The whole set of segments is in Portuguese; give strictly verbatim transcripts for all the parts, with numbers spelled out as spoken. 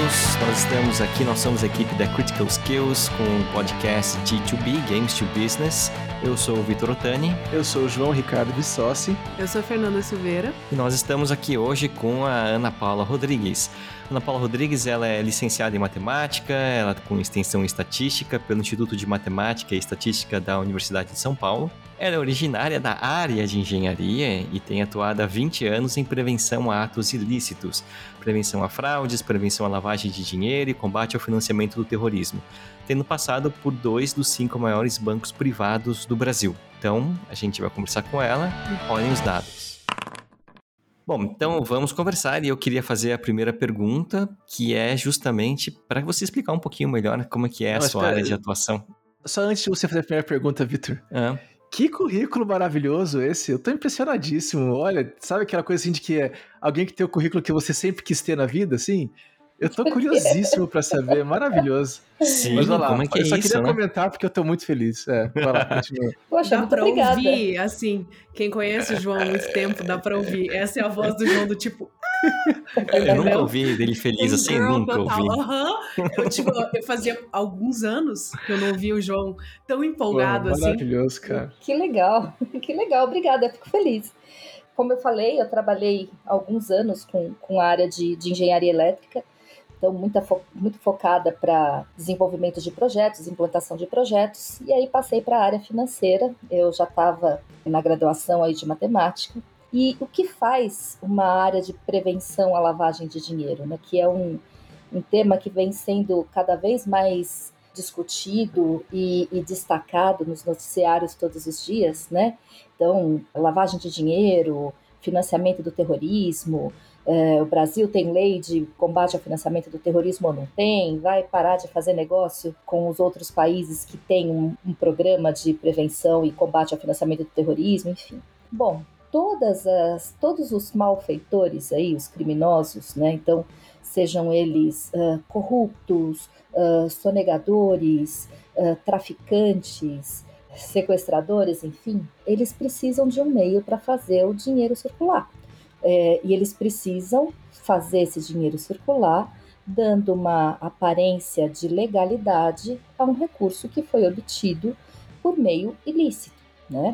todos, nós estamos aqui, nós somos a equipe da Critical Skills com o podcast G dois B, Games to Business. Eu sou o Vitor Otani. Eu sou o João Ricardo Vissossi. Eu sou a Fernanda Silveira. E nós estamos aqui hoje com a Ana Paula Rodrigues. Ana Paula Rodrigues, ela é licenciada em Matemática, ela com extensão em Estatística pelo Instituto de Matemática e Estatística da Universidade de São Paulo. Ela é originária da área de engenharia e tem atuado há vinte anos em prevenção a atos ilícitos, prevenção a fraudes, prevenção à lavagem de dinheiro e combate ao financiamento do terrorismo, tendo passado por dois dos cinco maiores bancos privados do Brasil. Então, a gente vai conversar com ela e rolem os dados. Bom, então vamos conversar e eu queria fazer a primeira pergunta, que é justamente para você explicar um pouquinho melhor como é que é a Não, sua espera, área de atuação. Só antes de você fazer a primeira pergunta, Vitor. Ah. Que currículo maravilhoso esse, eu tô impressionadíssimo. Olha, sabe aquela coisa assim de que é alguém que tem o currículo que você sempre quis ter na vida, assim? Eu tô curiosíssimo pra saber, maravilhoso. Sim, mas olha lá, como é que é eu só isso, queria né? comentar porque eu tô muito feliz. É, vai lá, continua. Poxa, dá pra obrigada. ouvir, assim, quem conhece o João há muito tempo, dá pra ouvir. Essa é a voz do João do tipo... Eu nunca ouvi dele feliz assim, Girl nunca total. ouvi. Uhum. Eu, tipo, eu fazia alguns anos que eu não ouvia o João tão empolgado Pô, assim. Maravilhoso, cara. Que legal, que legal, obrigada, eu fico feliz. Como eu falei, eu trabalhei alguns anos com, com a área de, de engenharia elétrica, então muita fo- muito focada para desenvolvimento de projetos, implantação de projetos, e aí passei para a área financeira. Eu já estava na graduação aí de matemática. E o que faz uma área de prevenção à lavagem de dinheiro, né, que é um, um tema que vem sendo cada vez mais discutido e, e destacado nos noticiários todos os dias, né? Então, lavagem de dinheiro, financiamento do terrorismo, é, o Brasil tem lei de combate ao financiamento do terrorismo ou não tem? Vai parar de fazer negócio com os outros países que têm um, um programa de prevenção e combate ao financiamento do terrorismo, enfim. Bom, todas as, todos os malfeitores aí, os criminosos, né? Então, sejam eles uh, corruptos, uh, sonegadores, uh, traficantes, sequestradores, enfim, eles precisam de um meio para fazer o dinheiro circular. É, e eles precisam fazer esse dinheiro circular dando uma aparência de legalidade a um recurso que foi obtido por meio ilícito, né?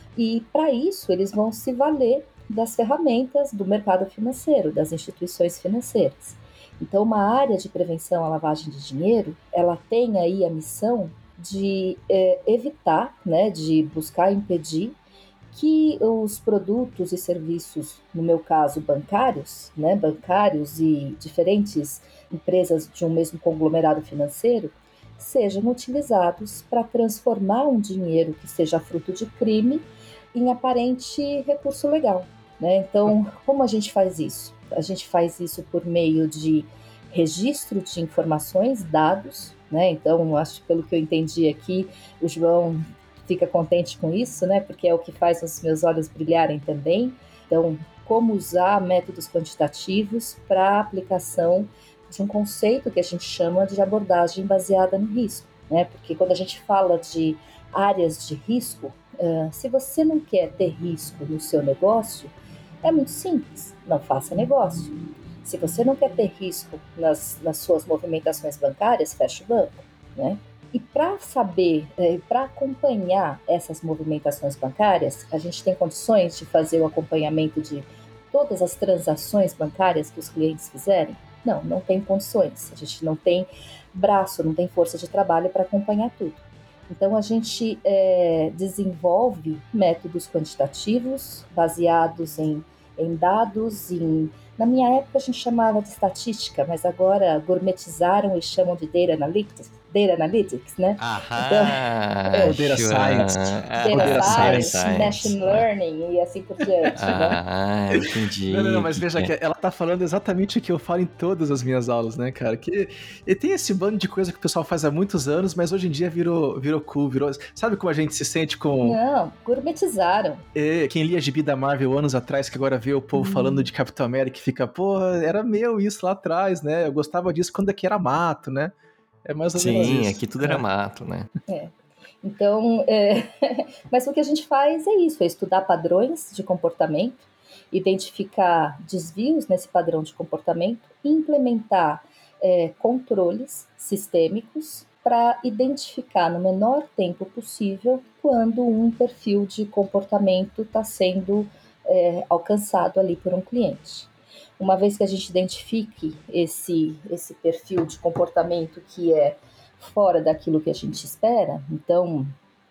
E para isso eles vão se valer das ferramentas do mercado financeiro, das instituições financeiras. Então, uma área de prevenção à lavagem de dinheiro, ela tem aí a missão de é, evitar, né, de buscar impedir que os produtos e serviços, no meu caso bancários, né, bancários e diferentes empresas de um mesmo conglomerado financeiro, sejam utilizados para transformar um dinheiro que seja fruto de crime em aparente recurso legal, né? Então, como a gente faz isso? A gente faz isso por meio de registro de informações, dados, né? Então, acho que pelo que eu entendi aqui, o João fica contente com isso, né? Porque é o que faz os meus olhos brilharem também. Então, como usar métodos quantitativos para a aplicação de um conceito que a gente chama de abordagem baseada no risco, né? Porque quando a gente fala de áreas de risco, Uh, se você não quer ter risco no seu negócio, é muito simples, não faça negócio. Se você não quer ter risco nas, nas suas movimentações bancárias, feche o banco, né? E para saber, eh, para acompanhar essas movimentações bancárias, a gente tem condições de fazer o acompanhamento de todas as transações bancárias que os clientes fizerem? Não, não tem condições. A gente não tem braço, não tem força de trabalho para acompanhar tudo. Então, a gente é, desenvolve métodos quantitativos baseados em, em dados, em, na minha época a gente chamava de estatística, mas agora gourmetizaram e chamam de Data Analytics, data analytics, né? Aham, então, é, o Data Science, Data, data Science, Science, Machine Learning e assim por diante, ah, né? entendi. Não, não, não, mas veja que ela tá falando exatamente o que eu falo em todas as minhas aulas, né, cara? Que e tem esse bando de coisa que o pessoal faz há muitos anos, mas hoje em dia virou, virou cool, virou... Sabe como a gente se sente com... Não, gourmetizaram. É, quem lia gibi da Marvel anos atrás, que agora vê o povo hum. falando de Capitão América e fica, pô, era meu isso lá atrás, né? Eu gostava disso quando aqui era mato, né? É mais ou menos Sim, isso. aqui tudo era mato, né? É. Então, é... mas o que a gente faz é isso, é estudar padrões de comportamento, identificar desvios nesse padrão de comportamento e implementar é, controles sistêmicos para identificar no menor tempo possível quando um perfil de comportamento está sendo é, alcançado ali por um cliente. Uma vez que a gente identifique esse, esse perfil de comportamento que é fora daquilo que a gente espera, então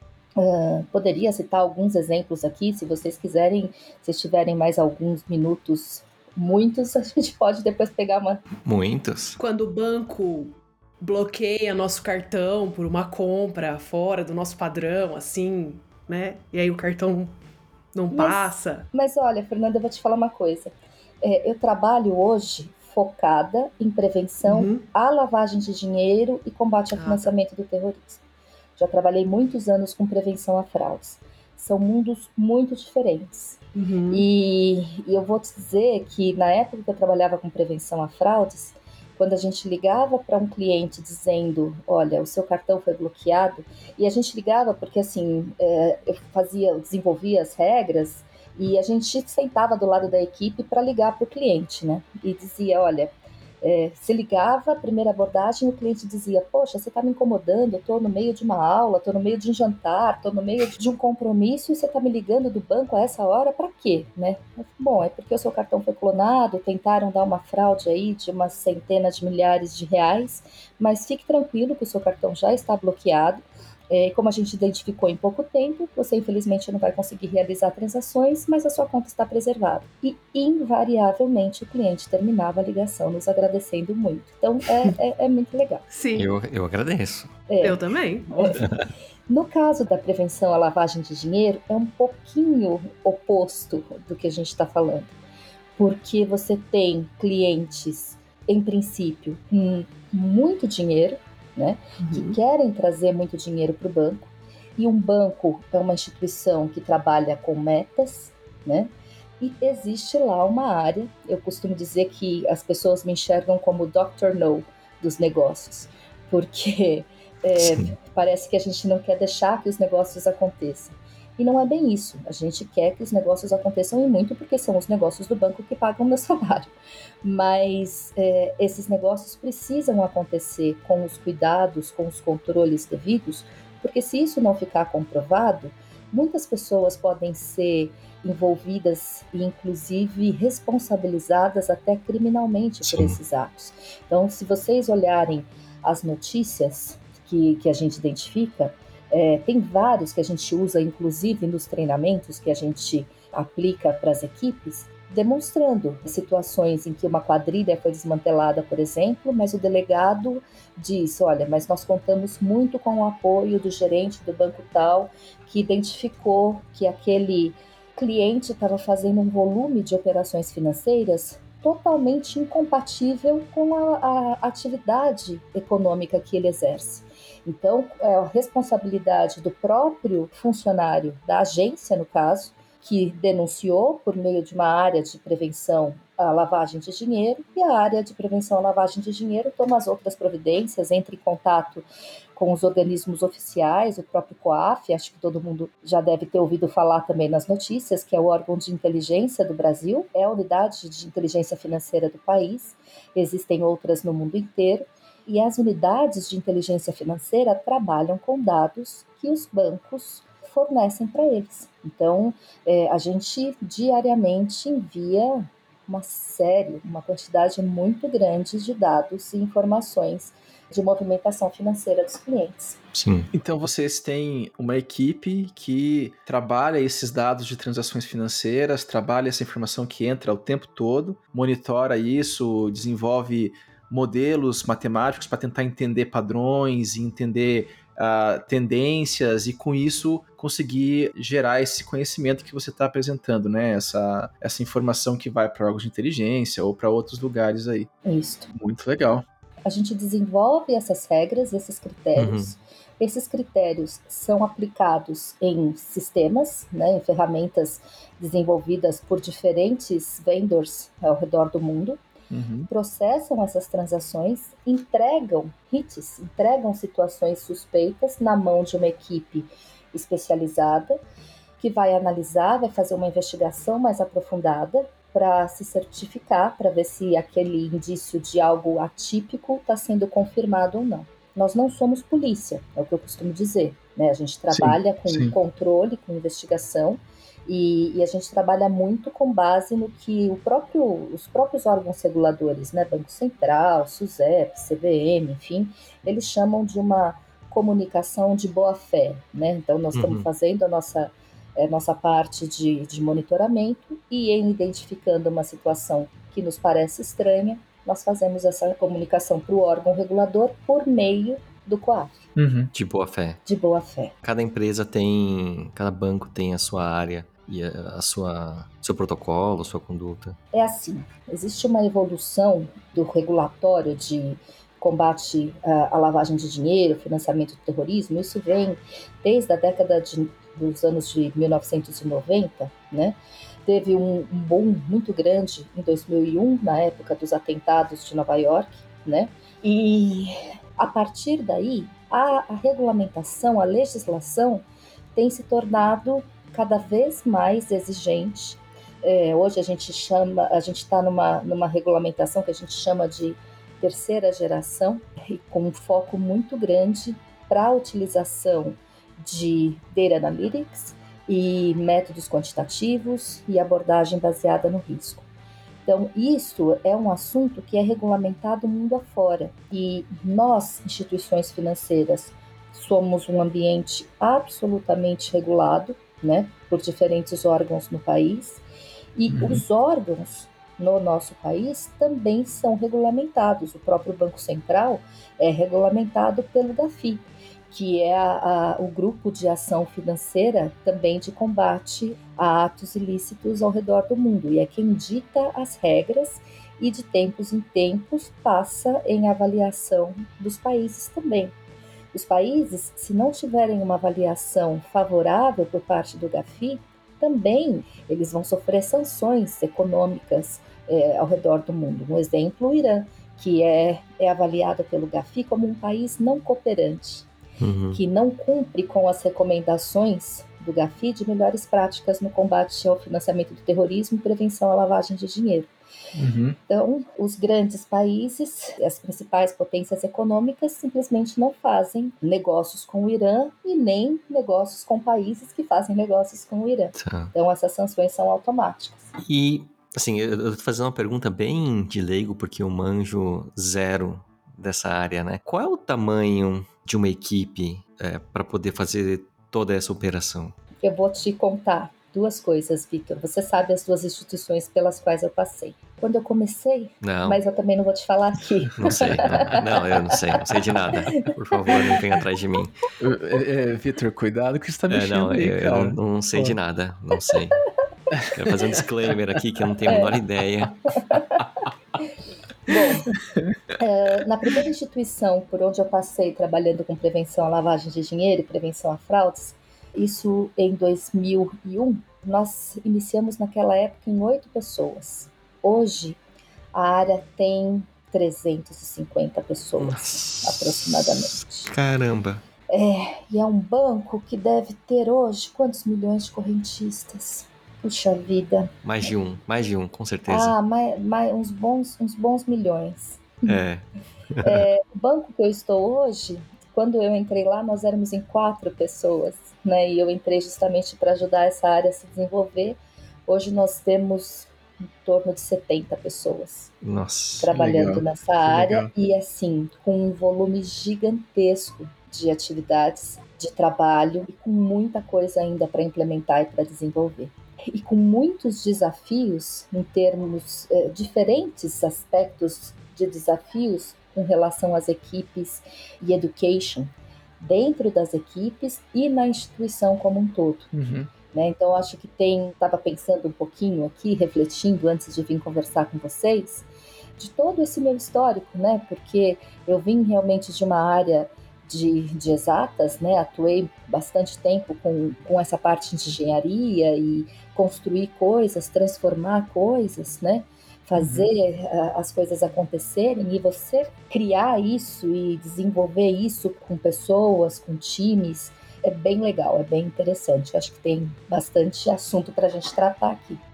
uh, poderia citar alguns exemplos aqui, se vocês quiserem, se tiverem mais alguns minutos, muitos, a gente pode depois pegar uma... Muitos? Quando o banco bloqueia nosso cartão por uma compra fora do nosso padrão, assim, né? E aí o cartão não mas, passa. Mas olha, Fernanda, eu vou te falar uma coisa. É, eu trabalho hoje focada em prevenção uhum. à lavagem de dinheiro e combate ao ah, financiamento tá. do terrorismo. Já trabalhei muitos anos com prevenção a fraudes. São mundos muito diferentes. Uhum. E, e eu vou te dizer que na época que eu trabalhava com prevenção a fraudes, quando a gente ligava para um cliente dizendo, olha, o seu cartão foi bloqueado, e a gente ligava porque assim, é, eu fazia, eu desenvolvia as regras, e a gente sentava do lado da equipe para ligar para o cliente, né? E dizia, olha, é, se ligava, primeira abordagem, o cliente dizia, poxa, você está me incomodando, eu estou no meio de uma aula, estou no meio de um jantar, estou no meio de um compromisso e você está me ligando do banco a essa hora, para quê? Né? Bom, é porque o seu cartão foi clonado, tentaram dar uma fraude aí de umas centenas de milhares de reais, mas fique tranquilo que o seu cartão já está bloqueado. É, como a gente identificou em pouco tempo, você infelizmente não vai conseguir realizar transações, mas a sua conta está preservada. E invariavelmente o cliente terminava a ligação nos agradecendo muito. Então é, é, é muito legal. Sim. Eu, eu agradeço. É, eu também. É. No caso da prevenção à lavagem de dinheiro, é um pouquinho oposto do que a gente está falando. Porque você tem clientes, em princípio, com muito dinheiro, né, uhum. que querem trazer muito dinheiro para o banco, e um banco é uma instituição que trabalha com metas, né, e existe lá uma área, eu costumo dizer que as pessoas me enxergam como o doutor No dos negócios, porque é, parece que a gente não quer deixar que os negócios aconteçam. E não é bem isso. A gente quer que os negócios aconteçam e muito porque são os negócios do banco que pagam o meu salário. Mas é, esses negócios precisam acontecer com os cuidados, com os controles devidos, porque se isso não ficar comprovado, muitas pessoas podem ser envolvidas e inclusive responsabilizadas até criminalmente Sim. por esses atos. Então, se vocês olharem as notícias que, que a gente identifica, É, tem vários que a gente usa, inclusive nos treinamentos que a gente aplica para as equipes, demonstrando situações em que uma quadrilha foi desmantelada, por exemplo, mas o delegado diz, olha, mas nós contamos muito com o apoio do gerente do banco tal, que identificou que aquele cliente estava fazendo um volume de operações financeiras totalmente incompatível com a, a atividade econômica que ele exerce. Então, é a responsabilidade do próprio funcionário, da agência, no caso, que denunciou por meio de uma área de prevenção à lavagem de dinheiro, e a área de prevenção à lavagem de dinheiro toma as outras providências, entra em contato com os organismos oficiais, o próprio COAF, acho que todo mundo já deve ter ouvido falar também nas notícias, que é o órgão de inteligência do Brasil, é a unidade de inteligência financeira do país, existem outras no mundo inteiro, e as unidades de inteligência financeira trabalham com dados que os bancos fornecem para eles. Então, é, a gente diariamente envia uma série, uma quantidade muito grande de dados e informações de movimentação financeira dos clientes. Sim. Então, vocês têm uma equipe que trabalha esses dados de transações financeiras, trabalha essa informação que entra o tempo todo, monitora isso, desenvolve modelos matemáticos para tentar entender padrões e entender uh, tendências e com isso conseguir gerar esse conhecimento que você está apresentando, né? Essa, essa informação que vai para órgãos de inteligência ou para outros lugares aí. Isso. Muito legal. A gente desenvolve essas regras, esses critérios. Uhum. Esses critérios são aplicados em sistemas, né, em ferramentas desenvolvidas por diferentes vendors ao redor do mundo. Uhum. Processam essas transações, entregam hits, entregam situações suspeitas na mão de uma equipe especializada que vai analisar, vai fazer uma investigação mais aprofundada para se certificar, para ver se aquele indício de algo atípico está sendo confirmado ou não. Nós não somos polícia, é o que eu costumo dizer, né? A gente trabalha sim, com sim. controle, com investigação, e, e a gente trabalha muito com base no que o próprio, os próprios órgãos reguladores, né? Banco Central, SUSEP, C V M, enfim, eles chamam de uma comunicação de boa-fé, né? Então, nós uhum. estamos fazendo a nossa, a nossa parte de, de monitoramento e em identificando uma situação que nos parece estranha, nós fazemos essa comunicação para o órgão regulador por meio do COAF. Uhum. De boa fé. De boa fé. Cada empresa tem, cada banco tem a sua área e a, a sua, seu protocolo, sua conduta. É assim, existe uma evolução do regulatório de combate à lavagem de dinheiro, financiamento do terrorismo. Isso vem desde a década de, dos anos de mil novecentos e noventa, né? Teve um, um boom muito grande em dois mil e um, na época dos atentados de Nova York, né? E a partir daí, a, a regulamentação, a legislação tem se tornado cada vez mais exigente. É, hoje a gente chama, a gente está numa, numa regulamentação que a gente chama de terceira geração, e com um foco muito grande para a utilização de Data Analytics e métodos quantitativos e abordagem baseada no risco. Então, isso é um assunto que é regulamentado mundo afora. E nós, instituições financeiras, somos um ambiente absolutamente regulado, né, por diferentes órgãos no país. E uhum. os órgãos no nosso país também são regulamentados. O próprio Banco Central é regulamentado pelo GAFI, que é a, a, o grupo de ação financeira também de combate a atos ilícitos ao redor do mundo. E é quem dita as regras e de tempos em tempos passa em avaliação dos países também. Os países, se não tiverem uma avaliação favorável por parte do GAFI, também eles vão sofrer sanções econômicas é, ao redor do mundo. Um exemplo, o Irã, que é, é avaliado pelo GAFI como um país não cooperante. Uhum. Que não cumpre com as recomendações do GAFI de melhores práticas no combate ao financiamento do terrorismo e prevenção à lavagem de dinheiro. Uhum. Então, os grandes países, as principais potências econômicas, simplesmente não fazem negócios com o Irã e nem negócios com países que fazem negócios com o Irã. Tá. Então, essas sanções são automáticas. E, assim, eu tô fazendo uma pergunta bem de leigo, porque eu manjo zero dessa área, né? Qual é o tamanho de uma equipe é, para poder fazer toda essa operação? Eu vou te contar duas coisas, Victor. Você sabe as duas instituições pelas quais eu passei. Quando eu comecei, não. Mas eu também não vou te falar aqui. Não sei, não, não, eu não sei, não sei de nada. Por favor, não venha atrás de mim. É, é, Victor, cuidado que você tá mexendo é, não, aí, eu, cara. Eu não, não sei Pô. de nada, não sei. Quero fazer um disclaimer aqui que eu não tenho a menor é. ideia. Bom, uh, na primeira instituição por onde eu passei trabalhando com prevenção à lavagem de dinheiro e prevenção a fraudes, isso em dois mil e um, nós iniciamos naquela época em oito pessoas. Hoje, a área tem trezentas e cinquenta pessoas, Nossa. aproximadamente. Caramba! É, e é um banco que deve ter hoje quantos milhões de correntistas? Puxa vida. Mais de um, mais de um, com certeza. Ah, mais, mais, uns, bons, uns bons milhões. É. é. O banco que eu estou hoje, quando eu entrei lá, nós éramos em quatro pessoas, né? E eu entrei justamente para ajudar essa área a se desenvolver. Hoje nós temos em torno de setenta pessoas Nossa, trabalhando legal, nessa área. E assim, com um volume gigantesco de atividades, de trabalho e com muita coisa ainda para implementar e para desenvolver. E com muitos desafios em termos eh, diferentes aspectos de desafios com relação às equipes e education dentro das equipes e na instituição como um todo. Uhum. Né? Então, acho que tem, estava pensando um pouquinho aqui, refletindo antes de vir conversar com vocês, de todo esse meu histórico, né? Porque eu vim realmente de uma área De, de exatas, né? Atuei bastante tempo com, com essa parte de engenharia e construir coisas, transformar coisas, né? Fazer uhum. as coisas acontecerem, e você criar isso e desenvolver isso com pessoas, com times, é bem legal, é bem interessante. Eu acho que tem bastante assunto para a gente tratar aqui.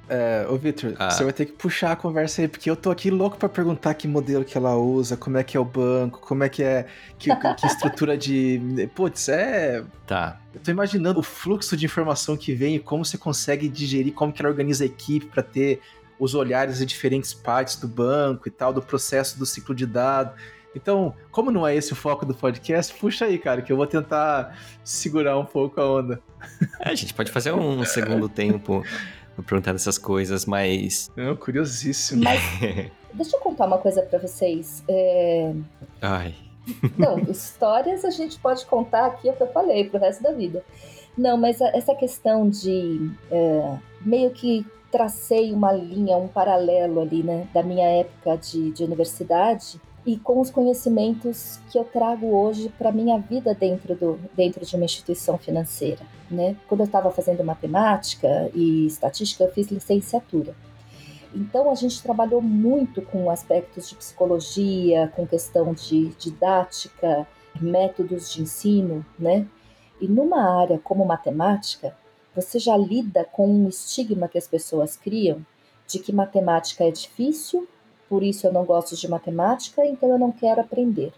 É, ô Victor, Ah. você vai ter que puxar a conversa aí, porque eu tô aqui louco pra perguntar que modelo que ela usa, como é que é o banco, como é que é, que, que estrutura de... Putz, é... Tá. Eu tô imaginando o fluxo de informação que vem e como você consegue digerir, como que ela organiza a equipe pra ter os olhares de diferentes partes do banco e tal, do processo do ciclo de dados. Então, como não é esse o foco do podcast, puxa aí, cara, que eu vou tentar segurar um pouco a onda. É, a gente pode fazer um segundo tempo pra perguntar dessas coisas, mas... Não, curiosíssimo. Mas deixa eu contar uma coisa pra vocês. É... Ai... Não, histórias a gente pode contar aqui, é o que eu falei, pro resto da vida. Não, mas a, essa questão de é, meio que tracei uma linha, um paralelo ali, né, da minha época de, de universidade e com os conhecimentos que eu trago hoje para minha vida dentro, do, dentro de uma instituição financeira, né? Quando eu estava fazendo matemática e estatística, eu fiz licenciatura. Então, a gente trabalhou muito com aspectos de psicologia, com questão de didática, métodos de ensino, né? E numa área como matemática, você já lida com um estigma que as pessoas criam de que matemática é difícil, por isso eu não gosto de matemática, então eu não quero aprender.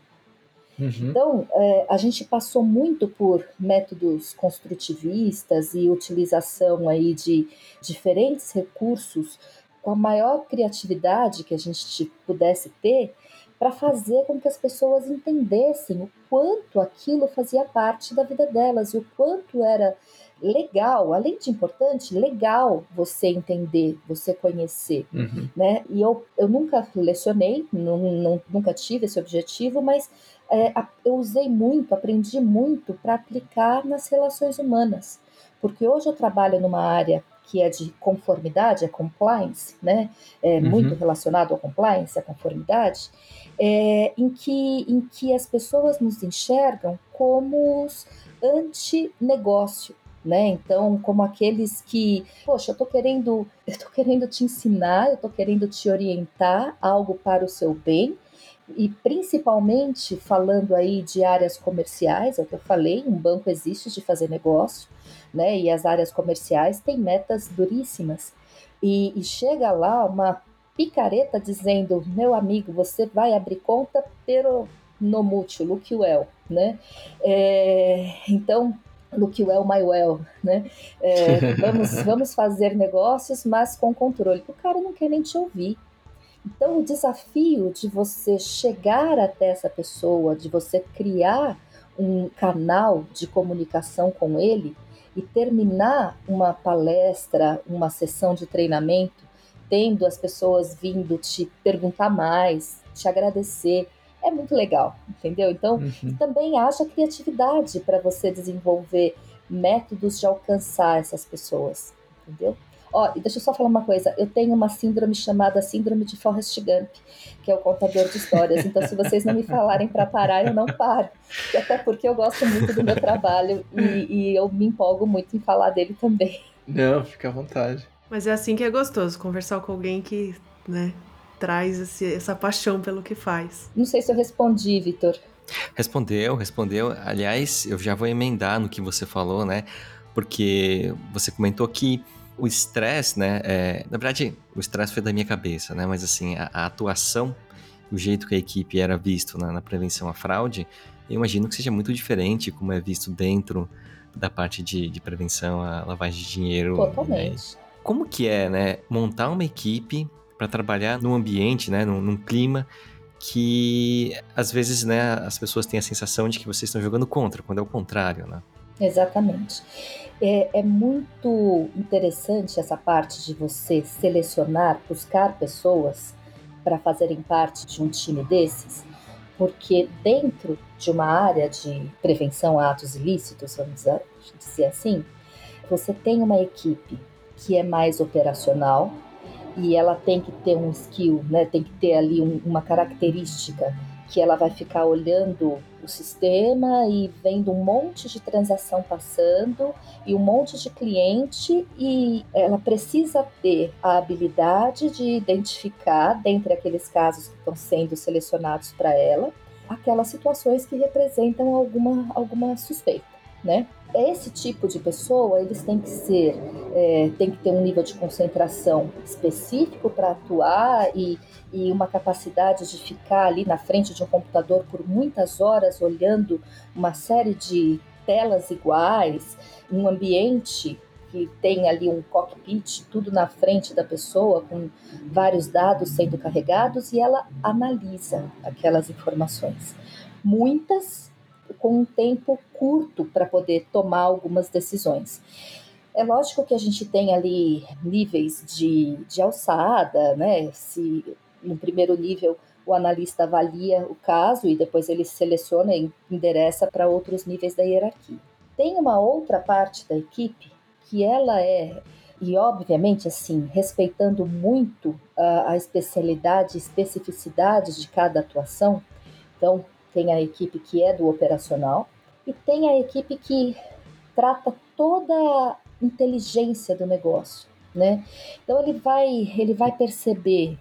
Uhum. Então, é, a gente passou muito por métodos construtivistas e utilização aí de diferentes recursos com a maior criatividade que a gente pudesse ter para fazer com que as pessoas entendessem o quanto aquilo fazia parte da vida delas e o quanto era legal, além de importante, legal você entender, você conhecer, Uhum. né? E eu, eu nunca lecionei, não, não, nunca tive esse objetivo, mas é, eu usei muito, aprendi muito para aplicar nas relações humanas, porque hoje eu trabalho numa área que é de conformidade, é compliance, né? É Uhum. muito relacionado ao compliance, à conformidade, é, em, que, em que as pessoas nos enxergam como os anti-negócio, né? Então, como aqueles que, poxa, eu tô querendo, eu tô querendo te ensinar, eu tô querendo te orientar algo para o seu bem, e principalmente falando aí de áreas comerciais, é o que eu falei, um banco existe de fazer negócio, né? E as áreas comerciais têm metas duríssimas. E, e chega lá uma picareta dizendo, meu amigo, você vai abrir conta pero no mútuo, look well, né? É, então, look well, my well, né? É, vamos, vamos fazer negócios, mas com controle. O cara não quer nem te ouvir. Então, o desafio de você chegar até essa pessoa, de você criar um canal de comunicação com ele e terminar uma palestra, uma sessão de treinamento, tendo as pessoas vindo te perguntar mais, te agradecer, é muito legal, entendeu? Então, Uhum. também haja criatividade para você desenvolver métodos de alcançar essas pessoas, entendeu? Ó, e deixa eu só falar uma coisa, eu tenho uma síndrome chamada síndrome de Forrest Gump, que é o contador de histórias, então se vocês não me falarem para parar, eu não paro, e até porque eu gosto muito do meu trabalho e, e eu me empolgo muito em falar dele também. Não, fica à vontade. Mas é assim que é gostoso, conversar com alguém que, né, traz esse, essa paixão pelo que faz. Não sei se eu respondi, Vitor. Respondeu, respondeu. Aliás, eu já vou emendar no que você falou, né? Porque você comentou que o estresse, né? É, na verdade, o estresse foi da minha cabeça, né? Mas assim, a, a atuação, o jeito que a equipe era visto na, na prevenção à fraude, eu imagino que seja muito diferente como é visto dentro da parte de, de prevenção à lavagem de dinheiro. Totalmente. Né? Como que é, né? Montar uma equipe para trabalhar num ambiente, né? Num, num clima que às vezes, né? As pessoas têm a sensação de que vocês estão jogando contra, quando é o contrário, né? Exatamente. É, é muito interessante essa parte de você selecionar, buscar pessoas para fazerem parte de um time desses, porque dentro de uma área de prevenção a atos ilícitos, vamos dizer, dizer assim, você tem uma equipe que é mais operacional e ela tem que ter um skill, né? Tem que ter ali um, uma característica que ela vai ficar olhando o sistema e vendo um monte de transação passando e um monte de cliente, e ela precisa ter a habilidade de identificar, dentre aqueles casos que estão sendo selecionados para ela, aquelas situações que representam alguma, alguma suspeita, né? esse tipo de pessoa, eles têm que ser, é, tem que ter um nível de concentração específico para atuar e, e uma capacidade de ficar ali na frente de um computador por muitas horas olhando uma série de telas iguais, um ambiente que tem ali um cockpit, tudo na frente da pessoa, com vários dados sendo carregados, e ela analisa aquelas informações. Muitas com um tempo curto para poder tomar algumas decisões. É lógico que a gente tem ali níveis de, de alçada, né? Se no primeiro nível o analista avalia o caso e depois ele seleciona e endereça para outros níveis da hierarquia. Tem uma outra parte da equipe que ela é, e obviamente assim, respeitando muito a, a especialidade, especificidade de cada atuação. Então, tem a equipe que é do operacional e tem a equipe que trata toda a inteligência do negócio, né? Então ele vai, ele vai perceber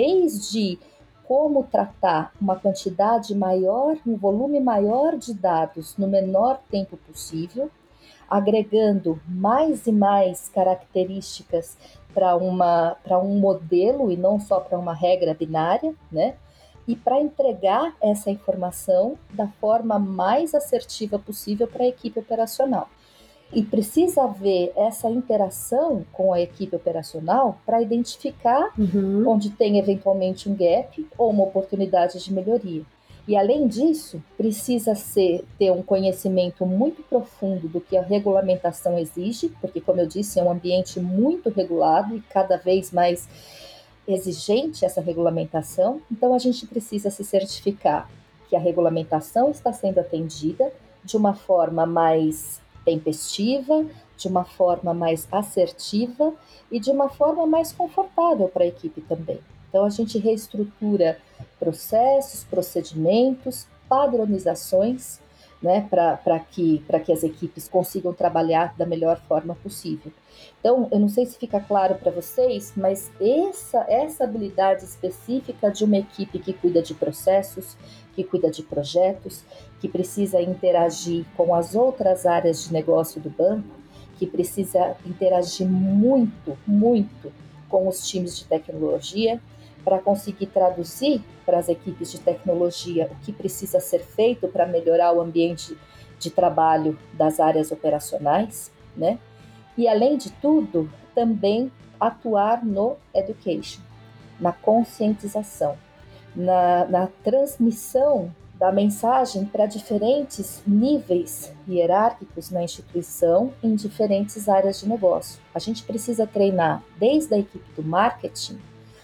desde como tratar uma quantidade maior, um volume maior de dados no menor tempo possível, agregando mais e mais características para uma, para um modelo e não só para uma regra binária, né? E para entregar essa informação da forma mais assertiva possível para a equipe operacional. E precisa haver essa interação com a equipe operacional para identificar uhum. onde tem eventualmente um gap ou uma oportunidade de melhoria. E além disso, precisa ser, ter um conhecimento muito profundo do que a regulamentação exige, porque, como eu disse, é um ambiente muito regulado e cada vez mais exigente essa regulamentação. Então a gente precisa se certificar que a regulamentação está sendo atendida de uma forma mais tempestiva, de uma forma mais assertiva e de uma forma mais confortável para a equipe também. Então a gente reestrutura processos, procedimentos, padronizações, né, para que, para que as equipes consigam trabalhar da melhor forma possível. Então, eu não sei se fica claro para vocês, mas essa, essa habilidade específica de uma equipe que cuida de processos, que cuida de projetos, que precisa interagir com as outras áreas de negócio do banco, que precisa interagir muito, muito com os times de tecnologia, para conseguir traduzir para as equipes de tecnologia o que precisa ser feito para melhorar o ambiente de trabalho das áreas operacionais, né? E, além de tudo, também atuar no education, na conscientização, na, na transmissão da mensagem para diferentes níveis hierárquicos na instituição, em diferentes áreas de negócio. A gente precisa treinar desde a equipe do marketing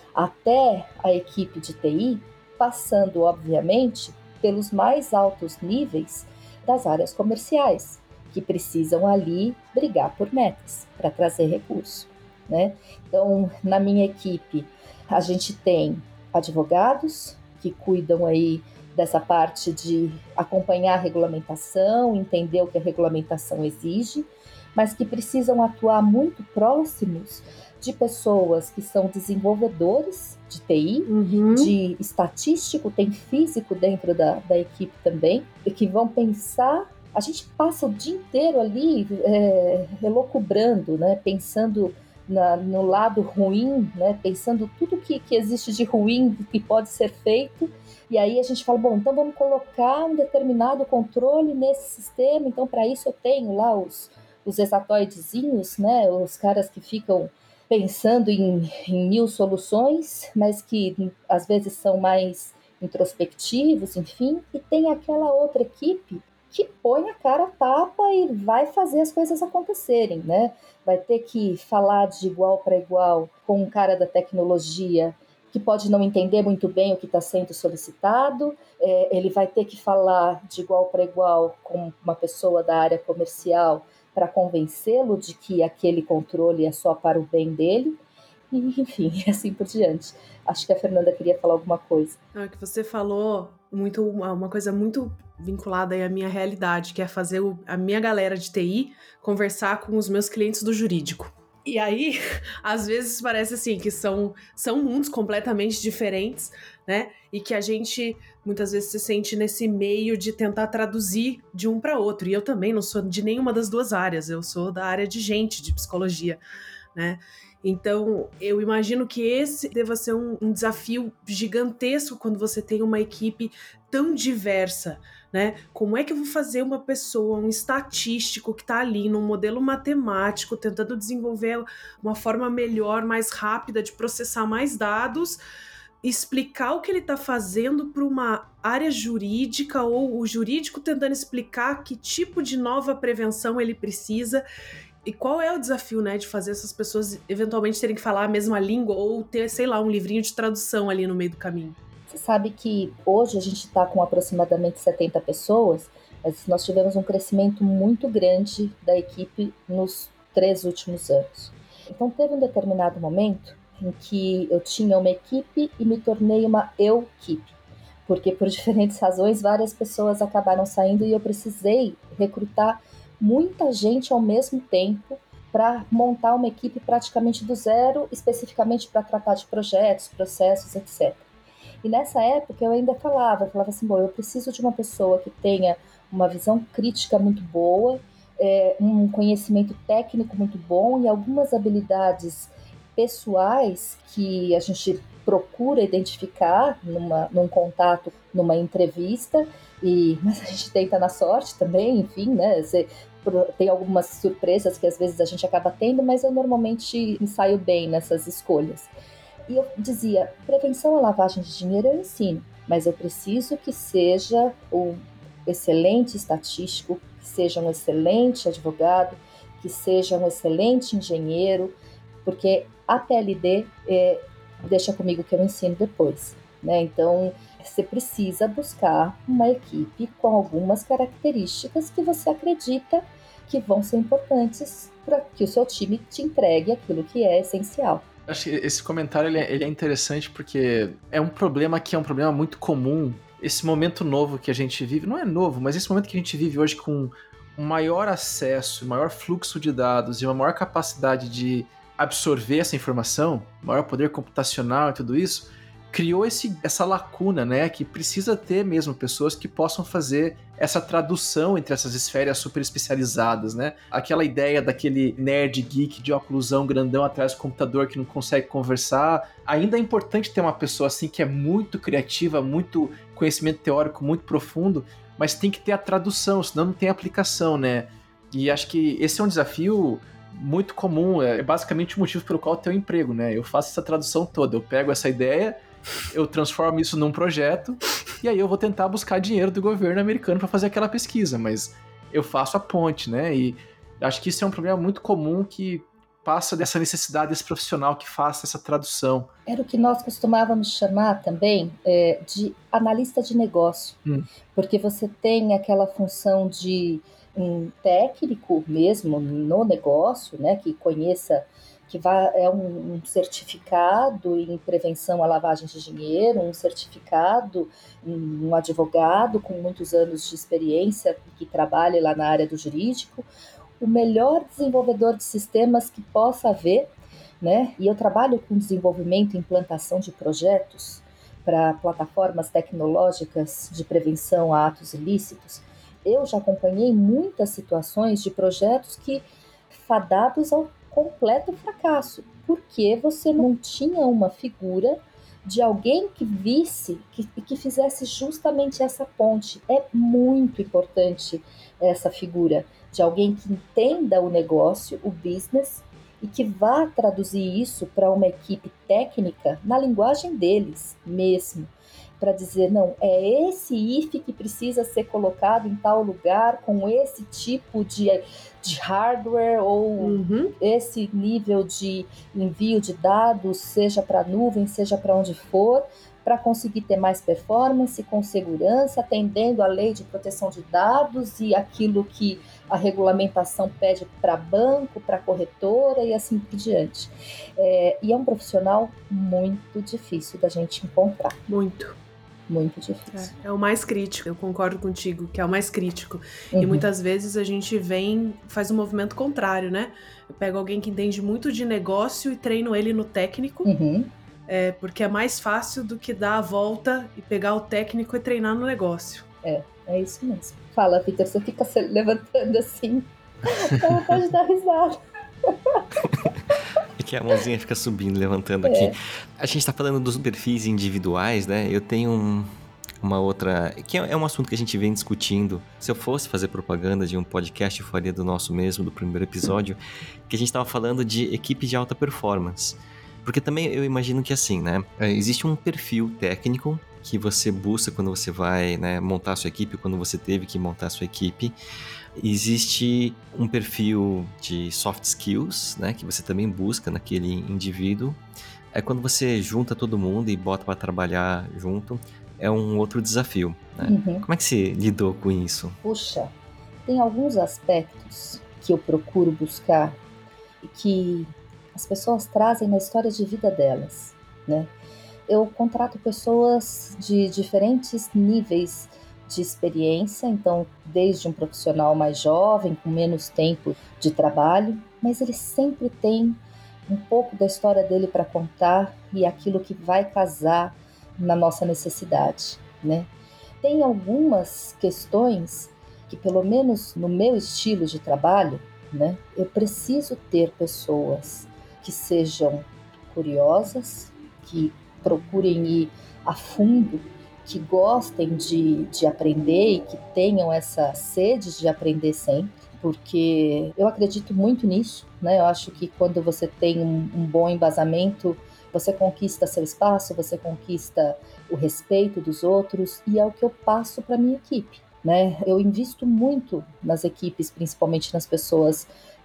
até a equipe de T I, passando, obviamente, pelos mais altos níveis das áreas comerciais, que precisam ali brigar por metas para trazer recurso, né? Então, na minha equipe, a gente tem advogados que cuidam aí dessa parte de acompanhar a regulamentação, entender o que a regulamentação exige, mas que precisam atuar muito próximos de pessoas que são desenvolvedores de T I, uhum. de estatístico, tem físico dentro da, da equipe também, e que vão pensar. A gente passa o dia inteiro ali é, elocubrando, né, pensando na, no lado ruim, né, pensando tudo que, que existe de ruim que pode ser feito, e aí a gente fala, bom, então vamos colocar um determinado controle nesse sistema, então para isso eu tenho lá os, os exatoidezinhos, né, os caras que ficam pensando em, em mil soluções, mas que às vezes são mais introspectivos, enfim, e tem aquela outra equipe que põe a cara a tapa e vai fazer as coisas acontecerem, né? Vai ter que falar de igual para igual com um cara da tecnologia que pode não entender muito bem o que está sendo solicitado, é, ele vai ter que falar de igual para igual com uma pessoa da área comercial para convencê-lo de que aquele controle é só para o bem dele, e enfim, assim por diante. Acho que a Fernanda queria falar alguma coisa. É que você falou muito, uma coisa muito vinculada aí à minha realidade, que é fazer o, a minha galera de T I conversar com os meus clientes do jurídico. E aí, às vezes parece assim que são, são mundos completamente diferentes, né? E que a gente muitas vezes se sente nesse meio de tentar traduzir de um para outro. E eu também não sou de nenhuma das duas áreas, eu sou da área de gente, de psicologia, né? Então, eu imagino que esse deva ser um, um desafio gigantesco quando você tem uma equipe tão diversa, né? Como é que eu vou fazer uma pessoa, um estatístico que está ali num modelo matemático, tentando desenvolver uma forma melhor, mais rápida de processar mais dados, explicar o que ele está fazendo para uma área jurídica, ou o jurídico tentando explicar que tipo de nova prevenção ele precisa. E qual é o desafio, né, de fazer essas pessoas eventualmente terem que falar a mesma língua ou ter, sei lá, um livrinho de tradução ali no meio do caminho? Você sabe que hoje a gente está com aproximadamente setenta pessoas, mas nós tivemos um crescimento muito grande da equipe nos três últimos anos. Então teve um determinado momento em que eu tinha uma equipe e me tornei uma eu-equipe, porque por diferentes razões várias pessoas acabaram saindo e eu precisei recrutar muita gente ao mesmo tempo para montar uma equipe praticamente do zero, especificamente para tratar de projetos, processos, etcétera. E nessa época eu ainda falava, eu falava assim, bom, eu preciso de uma pessoa que tenha uma visão crítica muito boa, é, um conhecimento técnico muito bom e algumas habilidades pessoais que a gente procura identificar numa, num contato, numa entrevista, e, mas a gente tenta na sorte também, enfim, né? Você, tem algumas surpresas que às vezes a gente acaba tendo, mas eu normalmente me saio bem nessas escolhas. E eu dizia, prevenção à lavagem de dinheiro eu ensino, mas eu preciso que seja um excelente estatístico, que seja um excelente advogado, que seja um excelente engenheiro, porque a P L D é, deixa comigo que eu ensino depois, né? Então, você precisa buscar uma equipe com algumas características que você acredita que vão ser importantes para que o seu time te entregue aquilo que é essencial. Acho que esse comentário ele é, ele é interessante porque é um problema que é um problema muito comum. Esse momento novo que a gente vive, não é novo, mas esse momento que a gente vive hoje com um maior acesso, maior fluxo de dados e uma maior capacidade de absorver essa informação, maior poder computacional e tudo isso, criou esse, essa lacuna, né, que precisa ter mesmo pessoas que possam fazer essa tradução entre essas esferas super especializadas, né? Aquela ideia daquele nerd geek de óculosão grandão atrás do computador que não consegue conversar. Ainda é importante ter uma pessoa assim que é muito criativa, muito conhecimento teórico muito profundo, mas tem que ter a tradução, senão não tem aplicação, né? E acho que esse é um desafio muito comum, é basicamente o motivo pelo qual eu tenho emprego, né? Eu faço essa tradução toda, eu pego essa ideia, eu transformo isso num projeto e aí eu vou tentar buscar dinheiro do governo americano para fazer aquela pesquisa, mas eu faço a ponte, né? E acho que isso é um problema muito comum que passa dessa necessidade desse profissional que faça essa tradução. Era o que nós costumávamos chamar também é, de analista de negócio, hum. porque você tem aquela função de um técnico mesmo no negócio, né, que conheça, que vai, é um, um certificado em prevenção à lavagem de dinheiro, um certificado, um, um advogado com muitos anos de experiência que trabalhe lá na área do jurídico, o melhor desenvolvedor de sistemas que possa haver, né? E eu trabalho com desenvolvimento e implantação de projetos para plataformas tecnológicas de prevenção a atos ilícitos. Eu já acompanhei muitas situações de projetos que fadados ao completo fracasso, porque você não tinha uma figura de alguém que visse e que, que fizesse justamente essa ponte. É muito importante essa figura de alguém que entenda o negócio, o business, e que vá traduzir isso para uma equipe técnica na linguagem deles mesmo, para dizer, não, é esse I F que precisa ser colocado em tal lugar, com esse tipo de, de hardware, ou uhum. esse nível de envio de dados, seja para a nuvem, seja para onde for, para conseguir ter mais performance com segurança, atendendo à lei de proteção de dados e aquilo que a regulamentação pede para banco, para corretora e assim por diante. É, e é um profissional muito difícil da gente encontrar. Muito. muito difícil. É, é o mais crítico, eu concordo contigo, que é o mais crítico. Uhum. E muitas vezes a gente vem, faz um movimento contrário, né? Eu pego alguém que entende muito de negócio e treino ele no técnico, Uhum. é, porque é mais fácil do que dar a volta e pegar o técnico e treinar no negócio. É, é isso mesmo. Fala, Vitor, você fica se levantando assim, dá vontade de dar risada. É que a mãozinha fica subindo, levantando aqui. É. A gente tá falando dos perfis individuais, né? Eu tenho um, uma outra... que é, é um assunto que a gente vem discutindo. Se eu fosse fazer propaganda de um podcast, eu faria do nosso mesmo, do primeiro episódio, que a gente tava falando de equipe de alta performance. Porque também eu imagino que assim, né? Existe um perfil técnico que você busca quando você vai, né, montar a sua equipe, quando você teve que montar a sua equipe. Existe um perfil de soft skills, né, que você também busca naquele indivíduo. É quando você junta todo mundo e bota para trabalhar junto, é um outro desafio, né? Uhum. Como é que você lidou com isso? Puxa, tem alguns aspectos que eu procuro buscar e que as pessoas trazem na história de vida delas, né? Eu contrato pessoas de diferentes níveis de experiência, então desde um profissional mais jovem, com menos tempo de trabalho, mas ele sempre tem um pouco da história dele para contar e aquilo que vai casar na nossa necessidade, né? Tem algumas questões que, pelo menos no meu estilo de trabalho, né, eu preciso ter pessoas que sejam curiosas, que procurem ir a fundo, que gostem de, de aprender e que tenham essa sede de aprender sempre, porque eu acredito muito nisso, né? Eu acho que quando você tem um, um bom embasamento, você conquista seu espaço, você conquista o respeito dos outros, e é o que eu passo para minha equipe, né? Eu invisto muito nas equipes, principalmente nas pessoas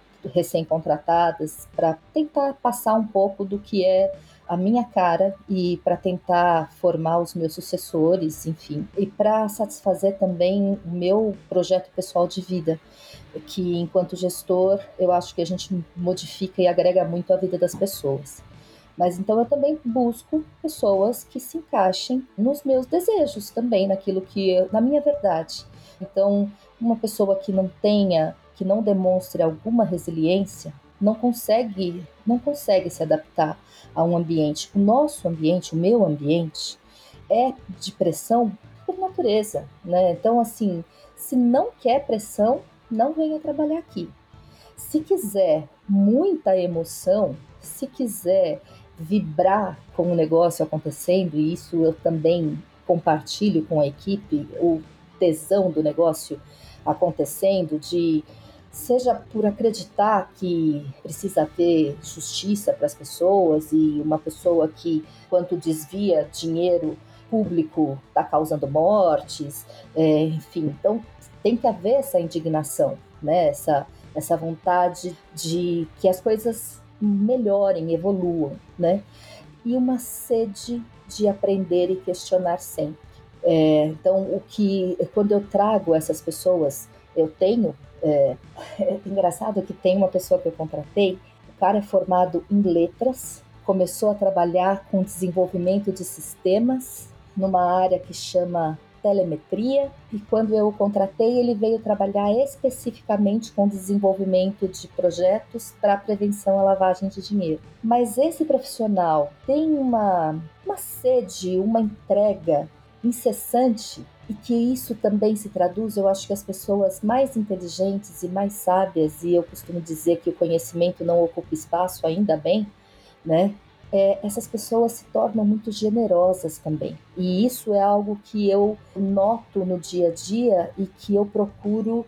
recém-contratadas, para tentar passar um pouco do que é a minha cara e para tentar formar os meus sucessores, enfim, e para satisfazer também o meu projeto pessoal de vida, que enquanto gestor eu acho que a gente modifica e agrega muito a vida das pessoas. Mas então eu também busco pessoas que se encaixem nos meus desejos também, naquilo que eu, na minha verdade. Então, uma pessoa que não tenha, que não demonstre alguma resiliência, não consegue, não consegue se adaptar a um ambiente. O nosso ambiente, o meu ambiente, é de pressão por natureza, né? Então, assim, se não quer pressão, não venha trabalhar aqui. Se quiser muita emoção, se quiser vibrar com o negócio acontecendo, e isso eu também compartilho com a equipe, o tesão do negócio acontecendo, de seja por acreditar que precisa ter justiça para as pessoas e uma pessoa que, quando desvia dinheiro público, está causando mortes, é, enfim, então tem que haver essa indignação, né? essa, essa vontade de que as coisas melhorem, evoluam, né? E uma sede de aprender e questionar sempre. É, então, o que, quando eu trago essas pessoas, eu tenho, é, é engraçado que tem uma pessoa que eu contratei, o cara é formado em letras, começou a trabalhar com desenvolvimento de sistemas, numa área que chama telemetria, e quando eu o contratei, ele veio trabalhar especificamente com desenvolvimento de projetos para prevenção à lavagem de dinheiro. Mas esse profissional tem uma, uma sede, uma entrega incessante, e que isso também se traduz, eu acho que as pessoas mais inteligentes e mais sábias, e eu costumo dizer que o conhecimento não ocupa espaço, ainda bem, né? É, essas pessoas se tornam muito generosas também. E isso é algo que eu noto no dia a dia e que eu procuro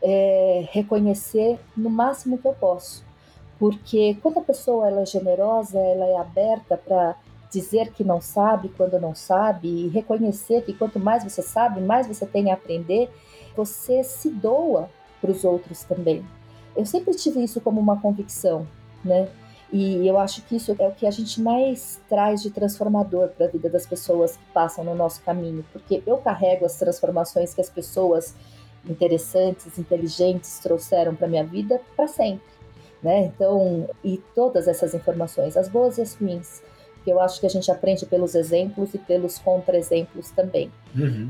é, reconhecer no máximo que eu posso. Porque quando a pessoa ela é generosa, ela é aberta para dizer que não sabe quando não sabe e reconhecer que quanto mais você sabe, mais você tem a aprender, você se doa para os outros também. Eu sempre tive isso como uma convicção, né? E eu acho que isso é o que a gente mais traz de transformador para a vida das pessoas que passam no nosso caminho, porque eu carrego as transformações que as pessoas interessantes, inteligentes trouxeram para minha vida para sempre, né? Então, e todas essas informações, as boas e as ruins, porque eu acho que a gente aprende pelos exemplos e pelos contra-exemplos também. Uhum.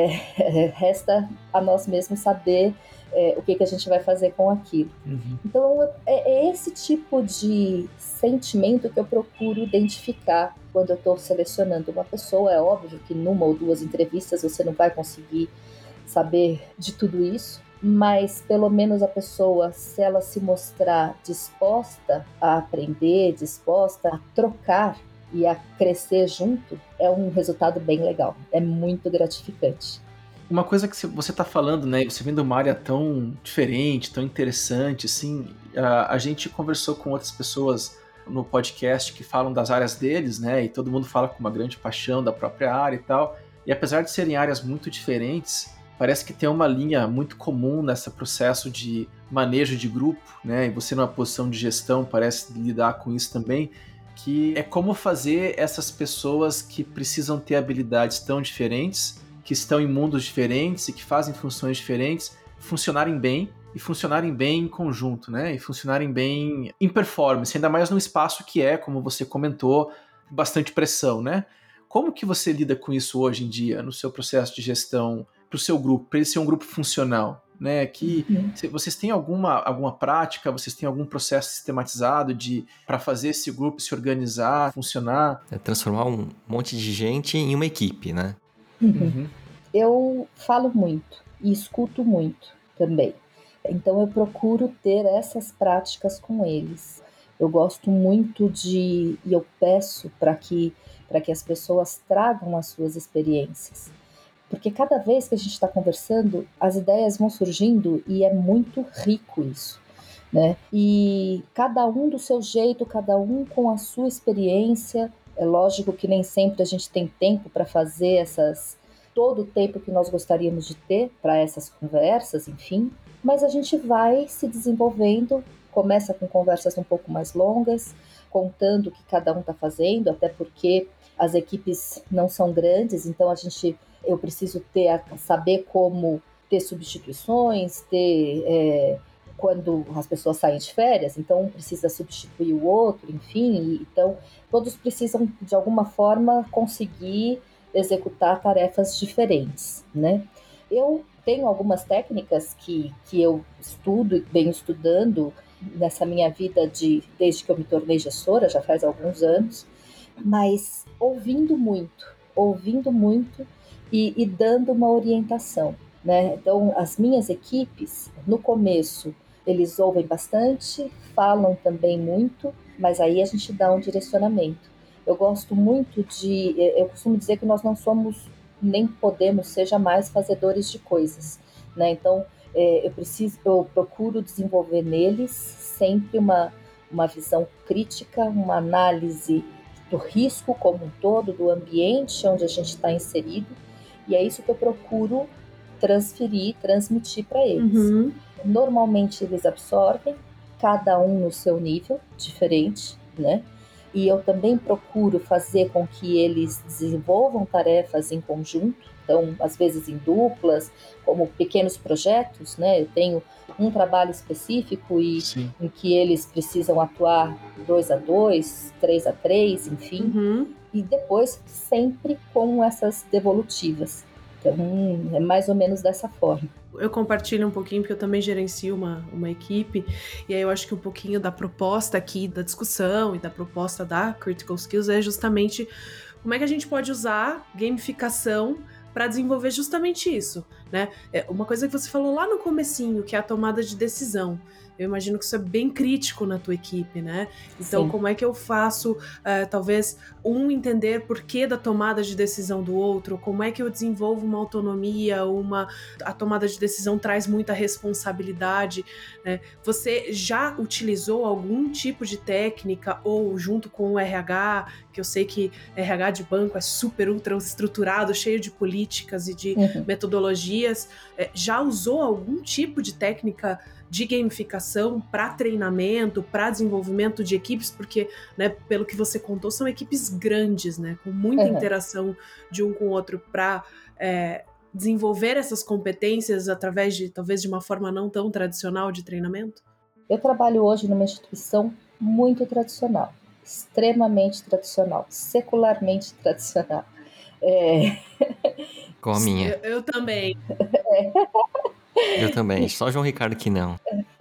É, resta a nós mesmos saber é, o que, que a gente vai fazer com aquilo. Uhum. Então, é, é esse tipo de sentimento que eu procuro identificar quando eu estou selecionando uma pessoa. É óbvio que numa ou duas entrevistas você não vai conseguir saber de tudo isso, mas pelo menos a pessoa, se ela se mostrar disposta a aprender, disposta a trocar e a crescer junto, é um resultado bem legal, é muito gratificante. Uma coisa que você está falando, né, você vem de uma área tão diferente, tão interessante, assim, a, a gente conversou com outras pessoas no podcast que falam das áreas deles, né, e todo mundo fala com uma grande paixão da própria área e tal, e apesar de serem áreas muito diferentes, parece que tem uma linha muito comum nesse processo de manejo de grupo, né, e você numa posição de gestão parece lidar com isso também, que é como fazer essas pessoas que precisam ter habilidades tão diferentes, que estão em mundos diferentes e que fazem funções diferentes, funcionarem bem e funcionarem bem em conjunto, né? E funcionarem bem em performance, ainda mais num espaço que é, como você comentou, bastante pressão, né? Como que você lida com isso hoje em dia, no seu processo de gestão, para o seu grupo, para ele ser um grupo funcional, né? Que uhum. Vocês têm alguma, alguma prática, vocês têm algum processo sistematizado de para fazer esse grupo se organizar, funcionar? É transformar um monte de gente em uma equipe, né? Uhum. Eu falo muito e escuto muito também. Então eu procuro ter essas práticas com eles. Eu gosto muito de, e eu peço para que, para que as pessoas tragam as suas experiências. Porque cada vez que a gente está conversando, as ideias vão surgindo e é muito rico isso, né? E cada um do seu jeito, cada um com a sua experiência. É lógico que nem sempre a gente tem tempo para fazer essas, todo o tempo que nós gostaríamos de ter para essas conversas, enfim. Mas a gente vai se desenvolvendo, começa com conversas um pouco mais longas, contando o que cada um está fazendo, até porque as equipes não são grandes, então a gente, eu preciso ter, saber como ter substituições, ter... É, quando as pessoas saem de férias, então um precisa substituir o outro, enfim, então todos precisam de alguma forma conseguir executar tarefas diferentes, né? Eu tenho algumas técnicas que, que eu estudo e venho estudando nessa minha vida de, desde que eu me tornei gestora, já faz alguns anos, mas ouvindo muito, ouvindo muito e, e dando uma orientação, né? Então, as minhas equipes, no começo, eles ouvem bastante, falam também muito, mas aí a gente dá um direcionamento. Eu gosto muito de... Eu costumo dizer que nós não somos, nem podemos ser jamais fazedores de coisas, né? Então, é, eu, preciso, eu procuro desenvolver neles sempre uma, uma visão crítica, uma análise do risco como um todo, do ambiente onde a gente está inserido, e é isso que eu procuro transferir, transmitir para eles. Uhum. Normalmente eles absorvem, cada um no seu nível diferente, né? E eu também procuro fazer com que eles desenvolvam tarefas em conjunto, então, às vezes em duplas, como pequenos projetos, né? Eu tenho um trabalho específico e Sim. em que eles precisam atuar dois a dois, três a três, enfim, uhum. e depois sempre com essas devolutivas. Então, é mais ou menos dessa forma. Eu compartilho um pouquinho, porque eu também gerencio uma, uma equipe, e aí eu acho que um pouquinho da proposta aqui, da discussão e da proposta da Critical Skills é justamente como é que a gente pode usar gamificação para desenvolver justamente isso, né? É uma coisa que você falou lá no comecinho, que é a tomada de decisão. Eu imagino que isso é bem crítico na tua equipe, né? Então, Sim. como é que eu faço, uh, talvez, um entender por que da tomada de decisão do outro? Como é que eu desenvolvo uma autonomia? Uma... A tomada de decisão traz muita responsabilidade, né? Você já utilizou algum tipo de técnica ou junto com o R H, que eu sei que R H de banco é super ultra estruturado, cheio de políticas e de uhum. metodologias, já usou algum tipo de técnica de gamificação para treinamento, para desenvolvimento de equipes? Porque, né, pelo que você contou, são equipes grandes, né, com muita uhum. interação de um com o outro para é, desenvolver essas competências através de, talvez, de uma forma não tão tradicional de treinamento? Eu trabalho hoje numa instituição muito tradicional, extremamente tradicional, secularmente tradicional. É... Com a minha. Eu, eu também. Eu também, só João Ricardo que não.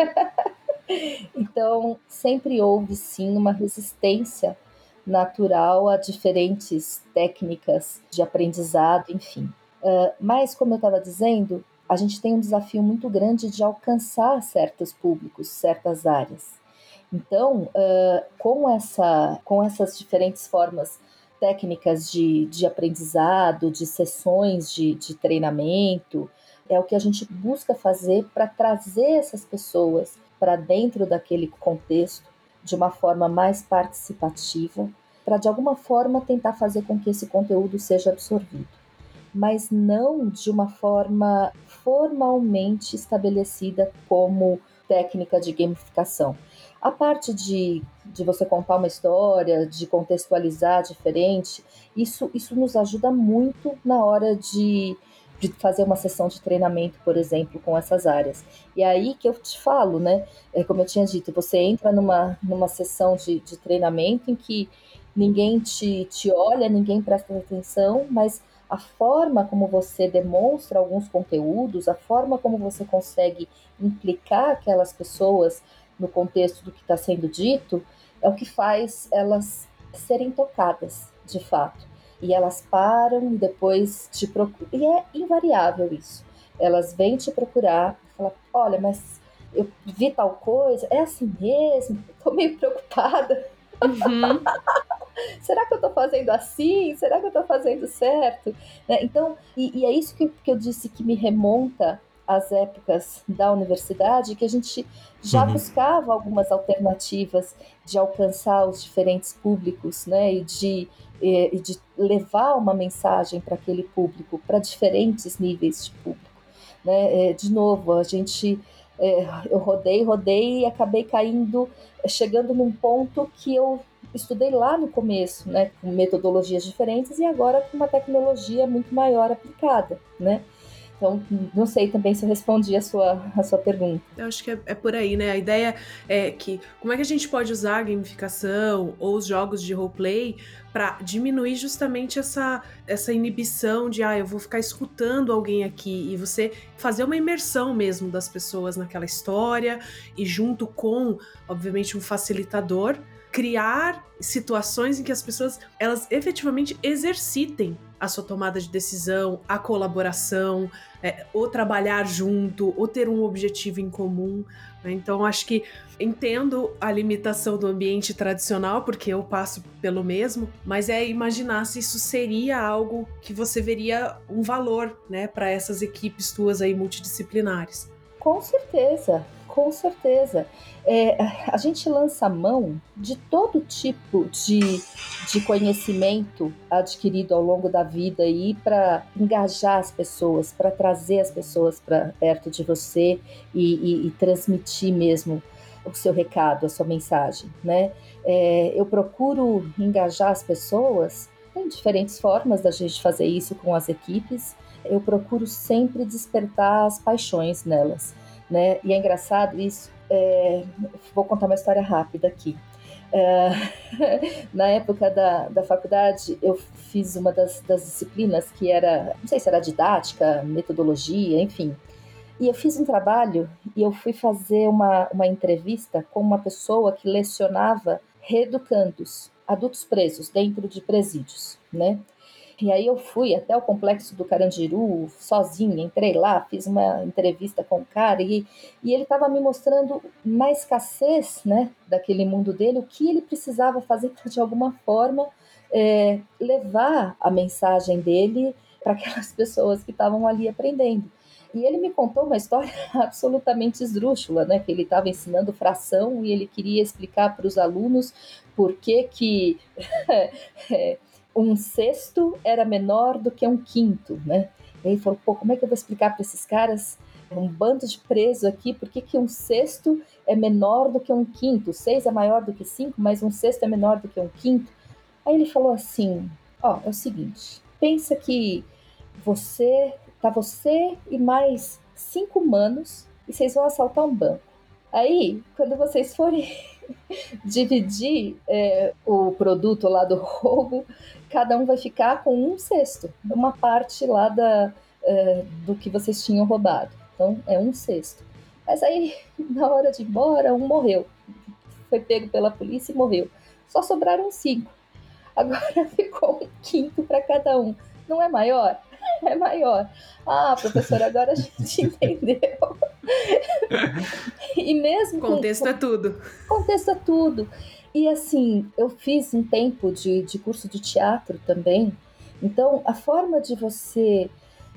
Então, sempre houve, sim, uma resistência natural a diferentes técnicas de aprendizado, enfim. Uh, mas, como eu estava dizendo, a gente tem um desafio muito grande de alcançar certos públicos, certas áreas. Então, uh, com, essa, com essas diferentes formas técnicas de, de aprendizado, de sessões de, de treinamento, é o que a gente busca fazer para trazer essas pessoas para dentro daquele contexto de uma forma mais participativa, para de alguma forma tentar fazer com que esse conteúdo seja absorvido, mas não de uma forma formalmente estabelecida como técnica de gamificação. A parte de, de você contar uma história, de contextualizar diferente, isso, isso nos ajuda muito na hora de, de fazer uma sessão de treinamento, por exemplo, com essas áreas. E é aí que eu te falo, né? É, como eu tinha dito, você entra numa, numa sessão de, de treinamento em que ninguém te, te olha, ninguém presta atenção, mas a forma como você demonstra alguns conteúdos, a forma como você consegue implicar aquelas pessoas no contexto do que está sendo dito, é o que faz elas serem tocadas, de fato. E elas param e depois te procuram. E é invariável isso. Elas vêm te procurar e falam, olha, mas eu vi tal coisa, é assim mesmo? Estou meio preocupada. Uhum. Será que eu estou fazendo assim? Será que eu estou fazendo certo? Né? Então, e, e é isso que, que eu disse que me remonta às épocas da universidade, que a gente já uhum. buscava algumas alternativas de alcançar os diferentes públicos, né? E de, e, de levar uma mensagem para aquele público, para diferentes níveis de público. Né? De novo, a gente... É, eu rodei, rodei e acabei caindo, chegando num ponto que eu estudei lá no começo, né, com metodologias diferentes e agora com uma tecnologia muito maior aplicada, né? Então, não sei também se eu respondi a sua, a sua pergunta. Eu acho que é, é por aí, né? A ideia é que como é que a gente pode usar a gamificação ou os jogos de roleplay para diminuir justamente essa, essa inibição de, ah, eu vou ficar escutando alguém aqui, e você fazer uma imersão mesmo das pessoas naquela história e junto com, obviamente, um facilitador, criar situações em que as pessoas, elas efetivamente exercitem a sua tomada de decisão, a colaboração, é, ou trabalhar junto, ou ter um objetivo em comum. Né? Então, acho que entendo a limitação do ambiente tradicional, porque eu passo pelo mesmo, mas é imaginar se isso seria algo que você veria um valor, né, para essas equipes tuas aí multidisciplinares. Com certeza, com certeza. É, a gente lança mão de todo tipo de, de conhecimento adquirido ao longo da vida aí para engajar as pessoas, para trazer as pessoas para perto de você e, e, e transmitir mesmo o seu recado, a sua mensagem, né? É, eu procuro engajar as pessoas. Tem diferentes formas da gente fazer isso com as equipes. Eu procuro sempre despertar as paixões nelas, né? E é engraçado isso. É, vou contar uma história rápida aqui. É, na época da, da faculdade, eu fiz uma das, das disciplinas que era, não sei se era didática, metodologia, enfim. E eu fiz um trabalho e eu fui fazer uma, uma entrevista com uma pessoa que lecionava reeducandos, adultos presos dentro de presídios, né? E aí eu fui até o Complexo do Carandiru sozinha, entrei lá, fiz uma entrevista com o cara e, e ele estava me mostrando na escassez, né, daquele mundo dele, o que ele precisava fazer para, de alguma forma, é, levar a mensagem dele para aquelas pessoas que estavam ali aprendendo. E ele me contou uma história absolutamente esdrúxula, né, que ele estava ensinando fração e ele queria explicar para os alunos por que que... um sexto era menor do que um quinto, né? E aí ele falou, pô, como é que eu vou explicar para esses caras, um bando de presos aqui, por que que um sexto é menor do que um quinto? Seis é maior do que cinco, mas um sexto é menor do que um quinto? Aí ele falou assim, ó, é o seguinte, pensa que você, tá você e mais cinco humanos e vocês vão assaltar um banco. Aí, quando vocês forem dividir é, o produto lá do roubo, cada um vai ficar com um sexto, uma parte lá da, é, do que vocês tinham roubado. Então, é um sexto. Mas aí, na hora de ir embora, um morreu. Foi pego pela polícia e morreu. Só sobraram cinco. Agora ficou um quinto para cada um. Não é maior? É maior. Ah, professora, agora a gente entendeu. E mesmo Contexto com... é tudo. Contexto é tudo. E assim, eu fiz um tempo de, de curso de teatro também. Então, a forma de você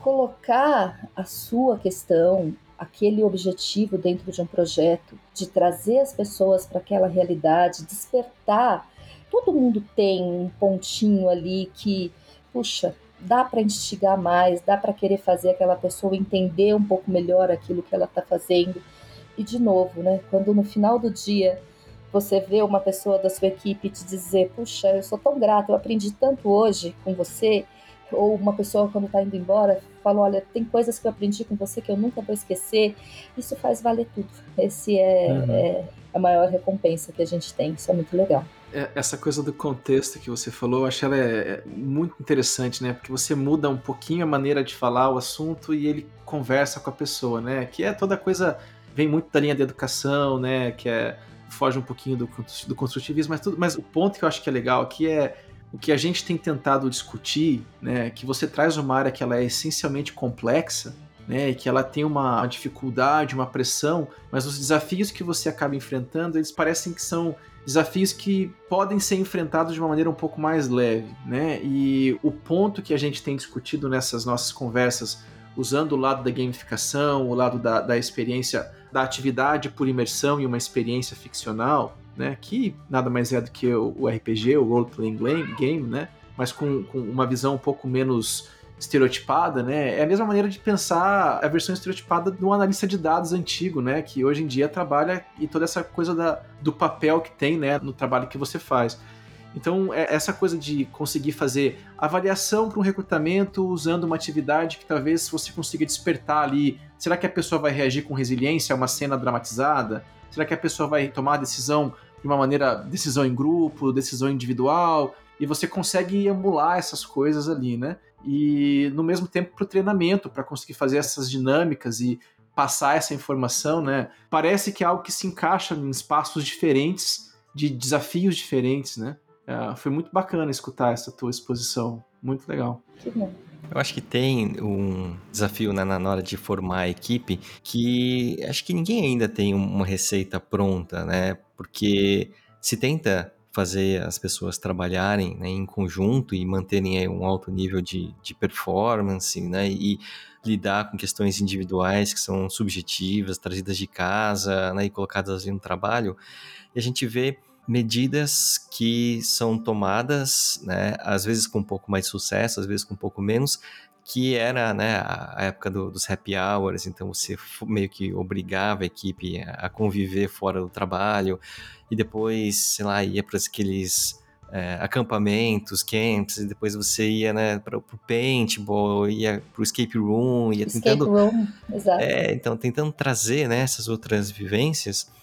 colocar a sua questão, aquele objetivo dentro de um projeto, de trazer as pessoas para aquela realidade, despertar. Todo mundo tem um pontinho ali que, puxa, dá para instigar mais, dá para querer fazer aquela pessoa entender um pouco melhor aquilo que ela está fazendo. E de novo, né, quando no final do dia você vê uma pessoa da sua equipe te dizer, puxa, eu sou tão grata, eu aprendi tanto hoje com você, ou uma pessoa quando está indo embora fala, olha, tem coisas que eu aprendi com você que eu nunca vou esquecer, isso faz valer tudo. Esse é, uhum. é a maior recompensa que a gente tem, isso é muito legal. Essa coisa do contexto que você falou, eu acho ela é muito interessante, né? Porque você muda um pouquinho a maneira de falar o assunto e ele conversa com a pessoa, né? Que é toda coisa, vem muito da linha da educação, né? Que é, foge um pouquinho do, do construtivismo, mas, tudo, mas o ponto que eu acho que é legal aqui é o que a gente tem tentado discutir, né? Que você traz uma área que ela é essencialmente complexa, né, e que ela tem uma dificuldade, uma pressão, mas os desafios que você acaba enfrentando, eles parecem que são desafios que podem ser enfrentados de uma maneira um pouco mais leve, né? E o ponto que a gente tem discutido nessas nossas conversas, usando o lado da gamificação, o lado da, da experiência, da atividade por imersão e uma experiência ficcional, né? Que nada mais é do que o, o R P G, o Role Playing Game, né? Mas com, com uma visão um pouco menos estereotipada, né? É a mesma maneira de pensar a versão estereotipada do analista de dados antigo, né? Que hoje em dia trabalha e toda essa coisa da, do papel que tem, né? No trabalho que você faz. Então, é essa coisa de conseguir fazer avaliação para um recrutamento usando uma atividade que talvez você consiga despertar ali. Será que a pessoa vai reagir com resiliência a uma cena dramatizada? Será que a pessoa vai tomar a decisão de uma maneira, decisão em grupo, decisão individual? E você consegue emular essas coisas ali, né? E no mesmo tempo para o treinamento, para conseguir fazer essas dinâmicas e passar essa informação, né? Parece que é algo que se encaixa em espaços diferentes, de desafios diferentes, né? É, foi muito bacana escutar essa tua exposição, muito legal. Que bom. Eu acho que tem um desafio, né, na hora de formar a equipe, que acho que ninguém ainda tem uma receita pronta, né? Porque se tenta fazer as pessoas trabalharem, né, em conjunto e manterem aí um alto nível de, de performance, né, e lidar com questões individuais que são subjetivas, trazidas de casa, né, e colocadas ali no trabalho, e a gente vê medidas que são tomadas, né, às vezes com um pouco mais de sucesso, às vezes com um pouco menos, que era, né, a época do, dos happy hours, então você meio que obrigava a equipe a conviver fora do trabalho, e depois, sei lá, ia para aqueles é, acampamentos, camps, e depois você ia, né, para o paintball, ia para o escape room, ia escape tentando... room, exato. É, então, tentando trazer, né, essas outras vivências.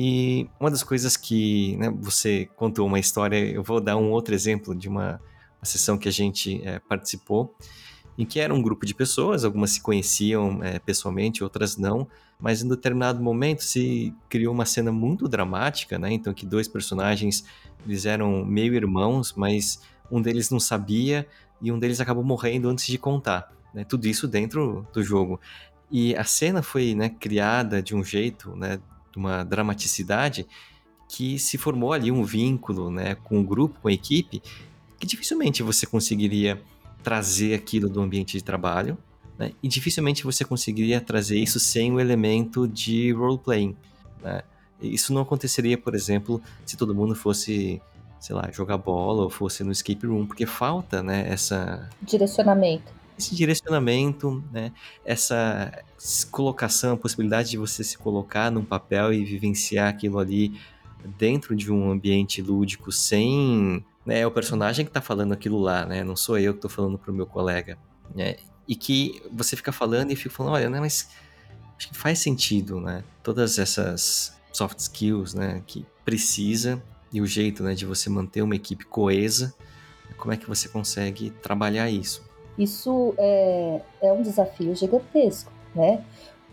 E uma das coisas que, né, você contou uma história, eu vou dar um outro exemplo de uma, uma sessão que a gente é, participou, em que era um grupo de pessoas, algumas se conheciam é, pessoalmente, outras não, mas em determinado momento se criou uma cena muito dramática, né? Então que dois personagens, eles eram meio irmãos, mas um deles não sabia e um deles acabou morrendo antes de contar, né? Tudo isso dentro do jogo. E a cena foi, né, criada de um jeito, né, de uma dramaticidade, que se formou ali um vínculo, né, com o grupo, com a equipe, que dificilmente você conseguiria trazer aquilo do ambiente de trabalho, né? E dificilmente você conseguiria trazer isso sem o elemento de role-playing, né? Isso não aconteceria, por exemplo, se todo mundo fosse, sei lá, jogar bola ou fosse no escape room, porque falta, né, essa... Direcionamento. Esse direcionamento, né, essa colocação, a possibilidade de você se colocar num papel e vivenciar aquilo ali dentro de um ambiente lúdico sem... Né, é o personagem que está falando aquilo lá, né? Não sou eu que estou falando para o meu colega, né? E que você fica falando e fica falando, olha, né, mas acho que faz sentido, né? Todas essas soft skills, né, que precisa, e o jeito, né, de você manter uma equipe coesa, como é que você consegue trabalhar isso? Isso é, é um desafio gigantesco, né?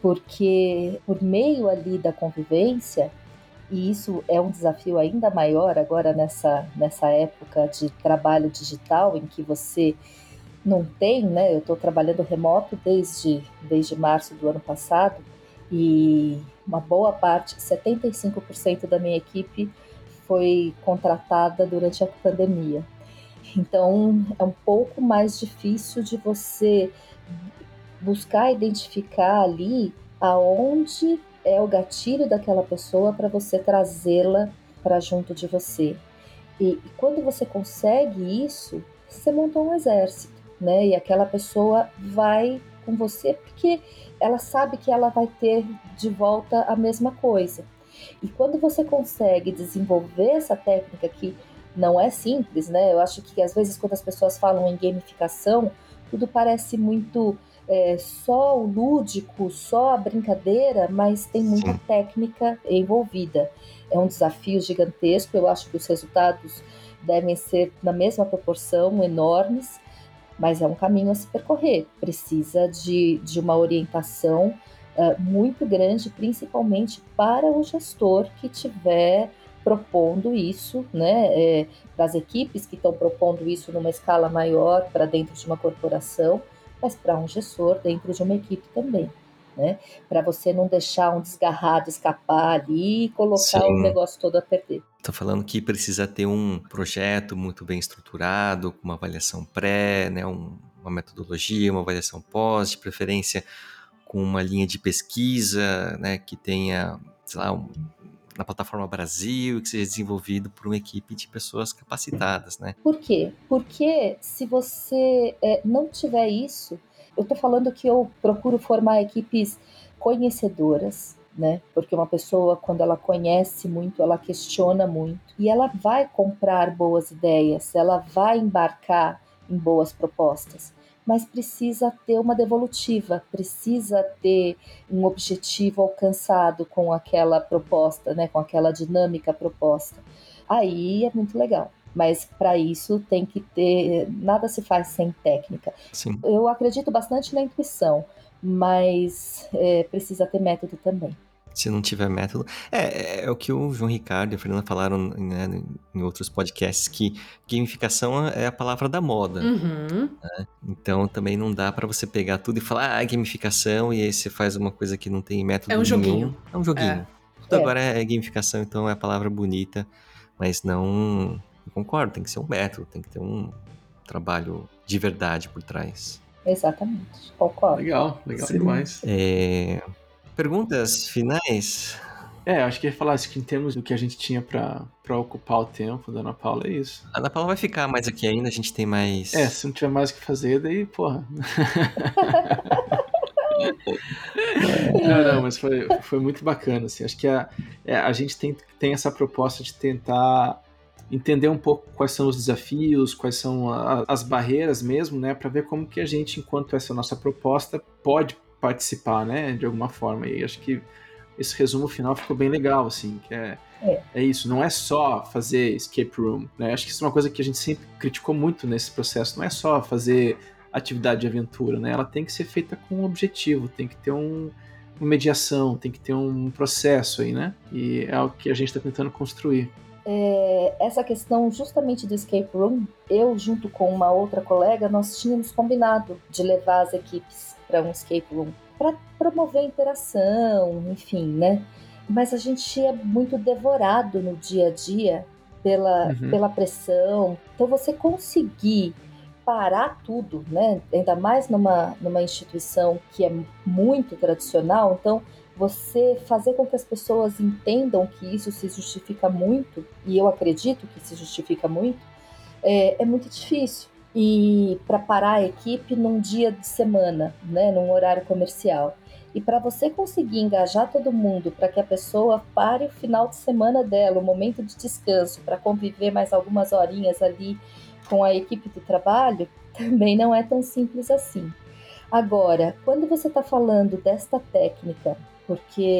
Porque por meio ali da convivência, e isso é um desafio ainda maior agora nessa, nessa época de trabalho digital, em que você não tem, né? Eu estou trabalhando remoto desde, desde março do ano passado, e uma boa parte, setenta e cinco por cento da minha equipe foi contratada durante a pandemia. Então, é um pouco mais difícil de você buscar identificar ali aonde é o gatilho daquela pessoa para você trazê-la para junto de você. E, e quando você consegue isso, você montou um exército, né? E aquela pessoa vai com você porque ela sabe que ela vai ter de volta a mesma coisa. E quando você consegue desenvolver essa técnica que não é simples, né? Eu acho que às vezes quando as pessoas falam em gamificação, tudo parece muito é, só o lúdico, só a brincadeira, mas tem muita Sim. técnica envolvida. É um desafio gigantesco, eu acho que os resultados devem ser na mesma proporção, enormes, mas é um caminho a se percorrer. Precisa de, de uma orientação uh, muito grande, principalmente para o gestor que tiver propondo isso, né, é, para as equipes que estão propondo isso numa escala maior para dentro de uma corporação, mas para um gestor dentro de uma equipe também, né, para você não deixar um desgarrado escapar ali e colocar Sim. o negócio todo a perder. Estou falando que precisa ter um projeto muito bem estruturado, com uma avaliação pré, né, um, uma metodologia, uma avaliação pós, de preferência com uma linha de pesquisa, né, que tenha, sei lá, um, na plataforma Brasil e que seja desenvolvido por uma equipe de pessoas capacitadas, né? Por quê? Porque se você é, não tiver isso, eu estou falando que eu procuro formar equipes conhecedoras, né? Porque uma pessoa, quando ela conhece muito, ela questiona muito e ela vai comprar boas ideias, ela vai embarcar em boas propostas, mas precisa ter uma devolutiva, precisa ter um objetivo alcançado com aquela proposta, né? Com aquela dinâmica proposta. Aí é muito legal. Mas para isso tem que ter, nada se faz sem técnica. Sim. Eu acredito bastante na intuição, mas é, precisa ter método também. Se não tiver método... É, é o que o João Ricardo e a Fernanda falaram, né, em outros podcasts, que gamificação é a palavra da moda. Uhum. Né? Então também não dá para você pegar tudo e falar, ah, gamificação, e aí você faz uma coisa que não tem método É um nenhum. joguinho. É um joguinho. É. Tudo É. agora é gamificação, então é a palavra bonita, mas não... Eu concordo, tem que ser um método, tem que ter um trabalho de verdade por trás. Exatamente, concordo. Legal, legal Sim. demais. É... Perguntas finais? É, acho que ia falar isso, que em termos do que a gente tinha pra, pra ocupar o tempo da Ana Paula, é isso. A Ana Paula vai ficar mais aqui ainda, a gente tem mais... É, se não tiver mais o que fazer, daí, porra. Não, não, mas foi, foi muito bacana, assim. Acho que a, é, a gente tem, tem essa proposta de tentar entender um pouco quais são os desafios, quais são a, as barreiras mesmo, né, para ver como que a gente, enquanto essa nossa proposta, pode participar, né, de alguma forma. E acho que esse resumo final ficou bem legal, assim, que é, É. é isso, não é só fazer escape room, né, acho que isso é uma coisa que a gente sempre criticou muito nesse processo, não é só fazer atividade de aventura, né, ela tem que ser feita com um objetivo, tem que ter um, uma mediação, tem que ter um processo aí, né, e é o que a gente está tentando construir. É, essa questão justamente do escape room, eu junto com uma outra colega, nós tínhamos combinado de levar as equipes para um escape room, para promover a interação, enfim, né? Mas a gente é muito devorado no dia a dia pela, Uhum. pela pressão. Então você conseguir parar tudo, né? Ainda mais numa, numa instituição que é muito tradicional, então você fazer com que as pessoas entendam que isso se justifica muito, e eu acredito que se justifica muito, é, é muito difícil. E para parar a equipe num dia de semana, né, num horário comercial. E para você conseguir engajar todo mundo, para que a pessoa pare o final de semana dela, o momento de descanso, para conviver mais algumas horinhas ali com a equipe do trabalho, também não é tão simples assim. Agora, quando você está falando desta técnica, porque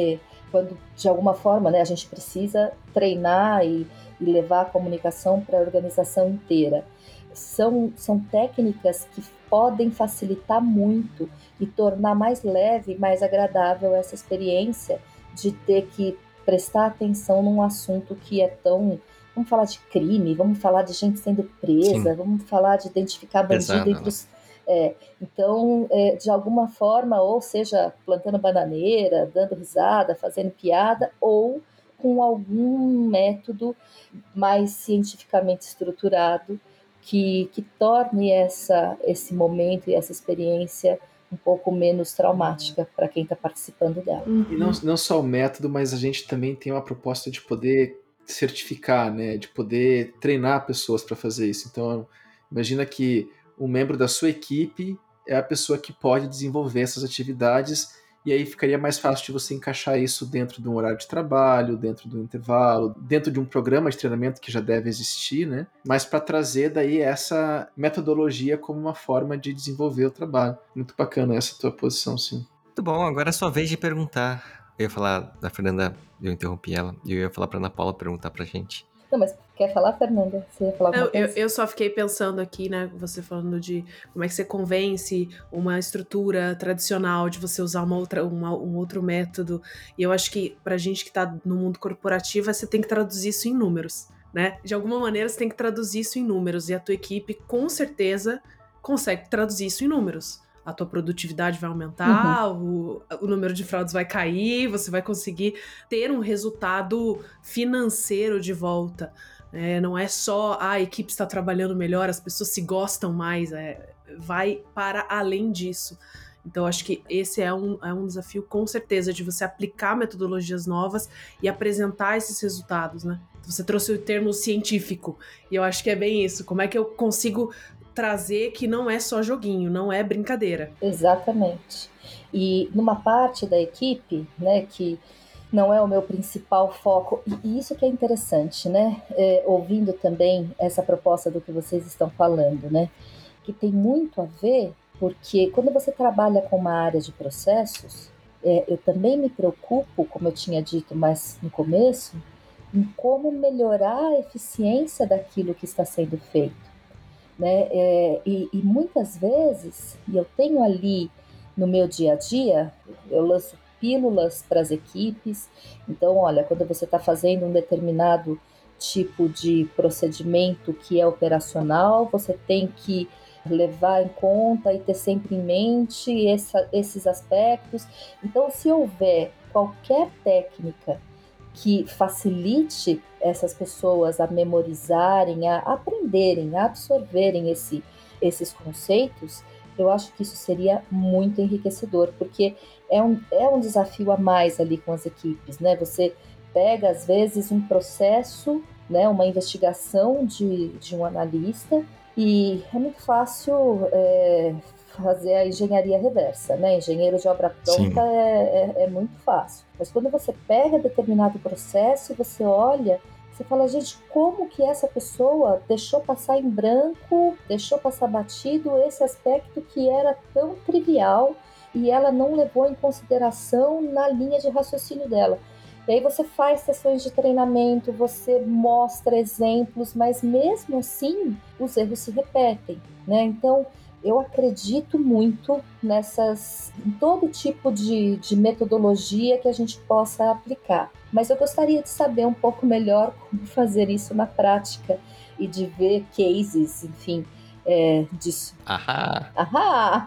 quando de alguma forma, né, a gente precisa treinar e, e levar a comunicação para a organização inteira. São, são técnicas que podem facilitar muito e tornar mais leve, mais agradável essa experiência de ter que prestar atenção num assunto que é tão... Vamos falar de crime, vamos falar de gente sendo presa, Sim. vamos falar de identificar bandido Exato. entre os... É, então, é, de alguma forma, ou seja, plantando bananeira, dando risada, fazendo piada, ou com algum método mais cientificamente estruturado que, que torne essa, esse momento e essa experiência um pouco menos traumática para quem está participando dela. E não, não só o método, mas a gente também tem uma proposta de poder certificar, né, de poder treinar pessoas para fazer isso. Então, imagina que um membro da sua equipe é a pessoa que pode desenvolver essas atividades, e aí ficaria mais fácil de você encaixar isso dentro de um horário de trabalho, dentro do intervalo, dentro de um programa de treinamento que já deve existir, né? Mas para trazer daí essa metodologia como uma forma de desenvolver o trabalho. Muito bacana essa tua posição, sim. Muito bom, agora é sua vez de perguntar. Eu ia falar da Fernanda, eu interrompi ela, e eu ia falar para Ana Paula perguntar pra gente. Não, mas quer falar, Fernanda? Você ia falar alguma eu, coisa? Eu, eu só fiquei pensando aqui, né, você falando de como é que você convence uma estrutura tradicional de você usar uma outra, uma, um outro método. E eu acho que pra gente que tá no mundo corporativo, você tem que traduzir isso em números, né? De alguma maneira, você tem que traduzir isso em números. E a tua equipe, com certeza, consegue traduzir isso em números. A tua produtividade vai aumentar, uhum. o, o número de fraudes vai cair, você vai conseguir ter um resultado financeiro de volta. É, não é só ah, a equipe está trabalhando melhor, as pessoas se gostam mais, é, vai para além disso. Então, acho que esse é um, é um desafio, com certeza, de você aplicar metodologias novas e apresentar esses resultados, né? Você trouxe o termo científico, e eu acho que é bem isso. Como é que eu consigo trazer que não é só joguinho, não é brincadeira? Exatamente. E numa parte da equipe, né, que não é o meu principal foco, e isso que é interessante, né, é, ouvindo também essa proposta do que vocês estão falando, né, que tem muito a ver, porque quando você trabalha com uma área de processos, é, eu também me preocupo, como eu tinha dito mais no começo, em como melhorar a eficiência daquilo que está sendo feito. Né? É, e, e muitas vezes, e eu tenho ali no meu dia a dia, eu lanço pílulas para as equipes. Então, olha, quando você está fazendo um determinado tipo de procedimento que é operacional, você tem que levar em conta e ter sempre em mente essa, esses aspectos. Então, se houver qualquer técnica que facilite essas pessoas a memorizarem, a aprenderem, a absorverem esse, esses conceitos, eu acho que isso seria muito enriquecedor, porque é um, é um desafio a mais ali com as equipes, né? Você pega, às vezes, um processo, né, uma investigação de, de um analista, e é muito fácil é, fazer a engenharia reversa, né? Engenheiro de obra pronta é, é, é muito fácil. Mas quando você pega determinado processo e você olha, você fala, gente, como que essa pessoa deixou passar em branco, deixou passar batido esse aspecto que era tão trivial e ela não levou em consideração na linha de raciocínio dela. E aí você faz sessões de treinamento, você mostra exemplos, mas mesmo assim os erros se repetem, né? Então, eu acredito muito nessas, em todo tipo de, de metodologia que a gente possa aplicar. Mas eu gostaria de saber um pouco melhor como fazer isso na prática e de ver cases, enfim, é, disso. Ahá! Ahá!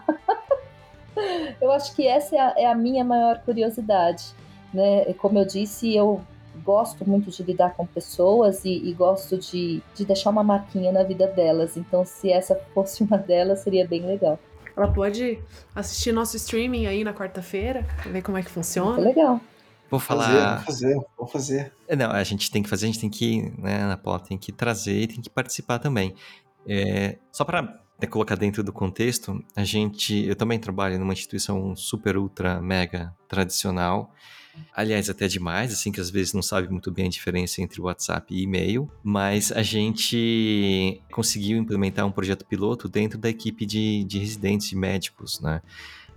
Eu acho que essa é a, é a minha maior curiosidade, né? Como eu disse, eu gosto muito de lidar com pessoas e, e gosto de, de deixar uma marquinha na vida delas. Então, se essa fosse uma delas, seria bem legal. Ela pode assistir nosso streaming aí na quarta-feira, ver como é que funciona. Muito legal. Vou falar... Vou fazer, vou fazer. Não, a gente tem que fazer, a gente tem que, né, Ana Paula, tem que trazer e tem que participar também. É, só para colocar dentro do contexto, a gente, eu também trabalho numa instituição super, ultra, mega tradicional. Aliás, até demais, assim, que às vezes não sabe muito bem a diferença entre WhatsApp e e-mail, mas a gente conseguiu implementar um projeto piloto dentro da equipe de, de residentes, de médicos, né?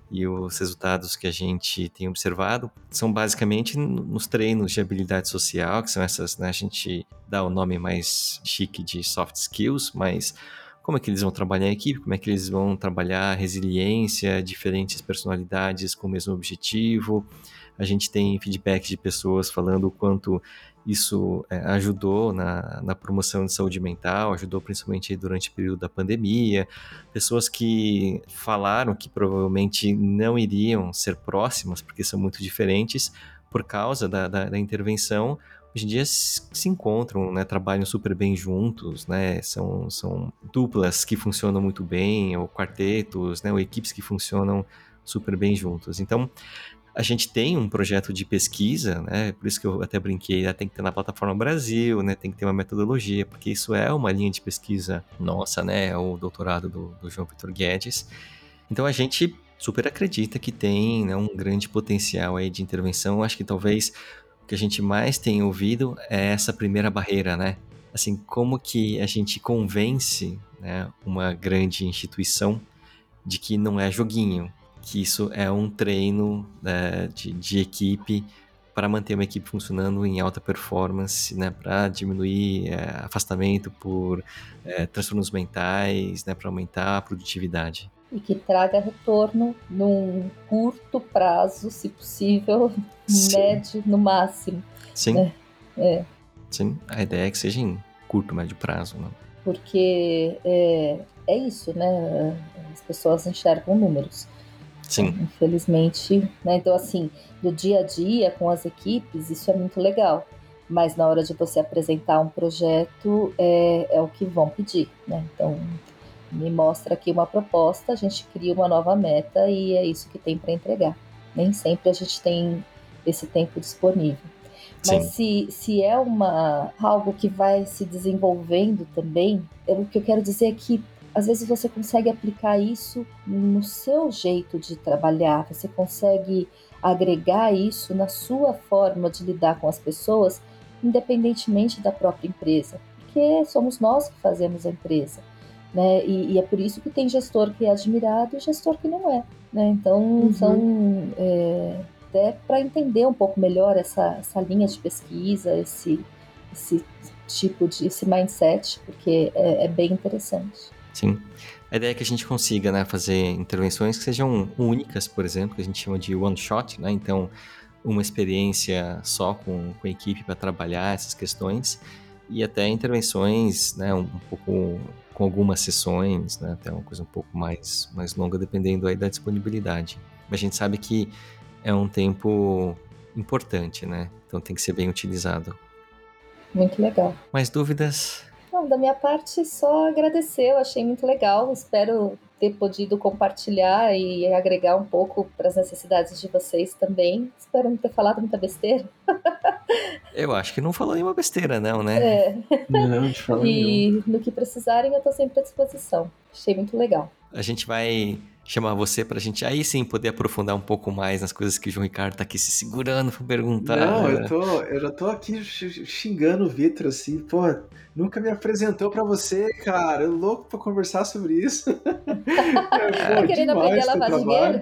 E os resultados que a gente tem observado são basicamente nos treinos de habilidade social, que são essas, né, a gente dá o nome mais chique de soft skills, mas como é que eles vão trabalhar a equipe, como é que eles vão trabalhar a resiliência, diferentes personalidades com o mesmo objetivo. A gente tem feedback de pessoas falando o quanto isso é, ajudou na, na promoção de saúde mental, ajudou principalmente durante o período da pandemia. Pessoas que falaram que provavelmente não iriam ser próximas, porque são muito diferentes, por causa da, da, da intervenção, hoje em dia se encontram, né, trabalham super bem juntos, né, são, são duplas que funcionam muito bem, ou quartetos, né, ou equipes que funcionam super bem juntos. Então, a gente tem um projeto de pesquisa, né, por isso que eu até brinquei, né, tem que ter na Plataforma Brasil, né, tem que ter uma metodologia, porque isso é uma linha de pesquisa nossa, né, o doutorado do, do João Vitor Guedes. Então, a gente super acredita que tem, né, um grande potencial aí de intervenção. Acho que talvez o que a gente mais tem ouvido é essa primeira barreira, né? Assim, como que a gente convence, né, uma grande instituição de que não é joguinho, que isso é um treino, né, de, de equipe para manter uma equipe funcionando em alta performance, né, para diminuir é, afastamento por é, transtornos mentais, né, para aumentar a produtividade. E que traga retorno num curto prazo, se possível, Sim. médio no máximo. Sim. Né? É. Sim, a ideia é que seja em curto, médio prazo. Né? Porque é, é isso, né? As pessoas enxergam números. Sim. Então, infelizmente, né? Então, assim, no dia a dia, com as equipes, isso é muito legal. Mas na hora de você apresentar um projeto, é, é o que vão pedir, né? Então, me mostra aqui uma proposta, a gente cria uma nova meta e é isso que tem para entregar. Nem sempre a gente tem esse tempo disponível. Mas se, se é uma, algo que vai se desenvolvendo também, o que eu quero dizer é que às vezes você consegue aplicar isso no seu jeito de trabalhar, você consegue agregar isso na sua forma de lidar com as pessoas, independentemente da própria empresa, porque somos nós que fazemos a empresa. Né? E, e é por isso que tem gestor que é admirado e gestor que não é. Né? Então, uhum. são é, até para entender um pouco melhor essa, essa linha de pesquisa, esse, esse tipo de esse mindset, porque é, é bem interessante. Sim. A ideia é que a gente consiga, né, fazer intervenções que sejam únicas, por exemplo, que a gente chama de one shot, né? Então, uma experiência só com, com a equipe para trabalhar essas questões, e até intervenções, né, um, um pouco com algumas sessões, né, até uma coisa um pouco mais, mais longa, dependendo aí da disponibilidade. Mas a gente sabe que é um tempo importante, né? Então tem que ser bem utilizado. Muito legal. Mais dúvidas? Não, da minha parte, só agradecer, eu achei muito legal, espero ter podido compartilhar e agregar um pouco para as necessidades de vocês também. Espero não ter falado muita besteira. Eu acho que não falou nenhuma besteira, não, né? É. Não, de forma E nenhuma. no que precisarem, eu estou sempre à disposição. Achei muito legal. A gente vai chamar você pra gente aí sim poder aprofundar um pouco mais nas coisas que o João Ricardo tá aqui se segurando pra perguntar. Não, eu, tô, eu já tô aqui xingando o Vitor, assim, pô, nunca me apresentou pra você, cara, eu louco pra conversar sobre isso. Tá querendo aprender a lavar dinheiro?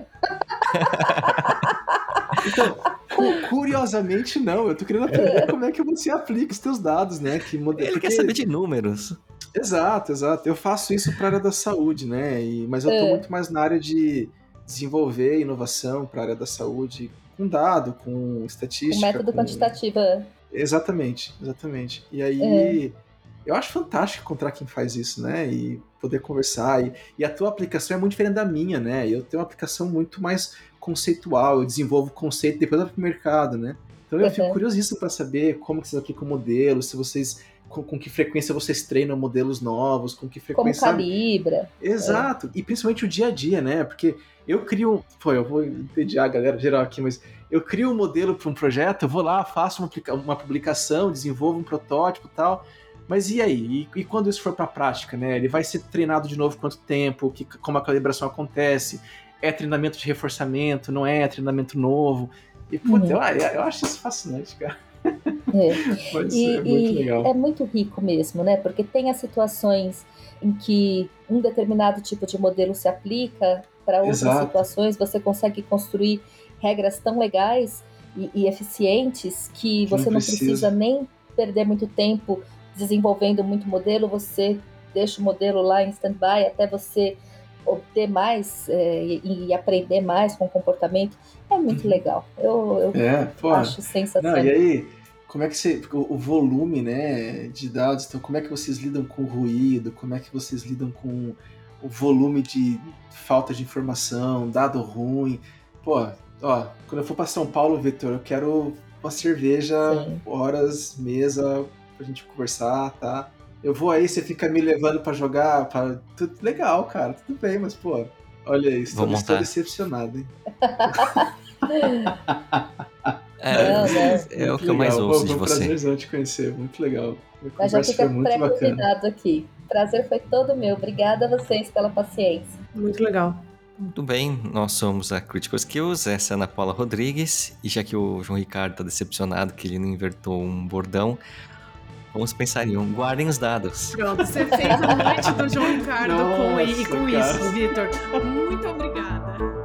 Então, curiosamente não, eu tô querendo aprender como é que você aplica os teus dados, né? Que modelo... Ele Porque... quer saber de números. Exato, exato. Eu faço isso para a área da saúde, né? E, mas eu estou É. muito mais na área de desenvolver inovação para a área da saúde, com dado, com estatística. Com método com... quantitativo. Exatamente, exatamente. E aí, é. eu acho fantástico encontrar quem faz isso, né? E poder conversar. E, e a tua aplicação é muito diferente da minha, né? Eu tenho uma aplicação muito mais conceitual, eu desenvolvo conceito e depois eu vou para o mercado, né? Então eu uhum. fico curiosíssimo para saber como que vocês aplicam o modelo, se vocês... Com, com que frequência vocês treinam modelos novos, com que frequência... Como calibra. Exato, é. E principalmente o dia a dia, né? Porque eu crio... Pô, eu vou entediar a galera geral aqui, mas eu crio um modelo para um projeto, eu vou lá, faço uma, uma publicação, desenvolvo um protótipo e tal, mas e aí? E, e quando isso for para a prática, né? Ele vai ser treinado de novo quanto tempo? Que, como a calibração acontece? É treinamento de reforçamento? Não é? É treinamento novo? E, puta, uhum. eu, eu acho isso fascinante, cara. É. Mas e, é muito legal. É muito rico mesmo, né? Porque tem as situações em que um determinado tipo de modelo se aplica para outras Exato. situações, você consegue construir regras tão legais e, e eficientes que Que não você não precisa. precisa nem perder muito tempo desenvolvendo muito modelo, você deixa o modelo lá em stand-by até você obter mais é, e, e aprender mais com o comportamento. É muito Uhum. legal. Eu, eu É, pô. acho sensacional. Não, e aí, como é que você. O, o volume, né, de dados, então, como é que vocês lidam com o ruído? Como é que vocês lidam com o volume de falta de informação, dado ruim? Pô, ó, quando eu for para São Paulo, Victor, eu quero uma cerveja, Sim. horas, mesa, pra gente conversar, tá? Eu vou aí, você fica me levando pra jogar, pra... tudo legal, cara, tudo bem, mas, pô, olha aí, estou, Vamos estou montar. decepcionado, hein? É, Não, não. é o Muito que eu mais legal. ouço Pô, de foi um você. prazerzão te conhecer, muito legal. A Mas já conversa fica foi muito bacana. pré-convidado aqui. O prazer foi todo meu. Obrigada a vocês pela paciência. Muito legal. Muito bem, nós somos a Critical Skills, essa é a Ana Paula Rodrigues, e já que o João Ricardo está decepcionado que ele não invertou um bordão, vamos pensar em um. Guardem os dados. Pronto, você fez a noite do João Ricardo com, e, Nossa, com cara. isso, Vitor. Muito obrigada.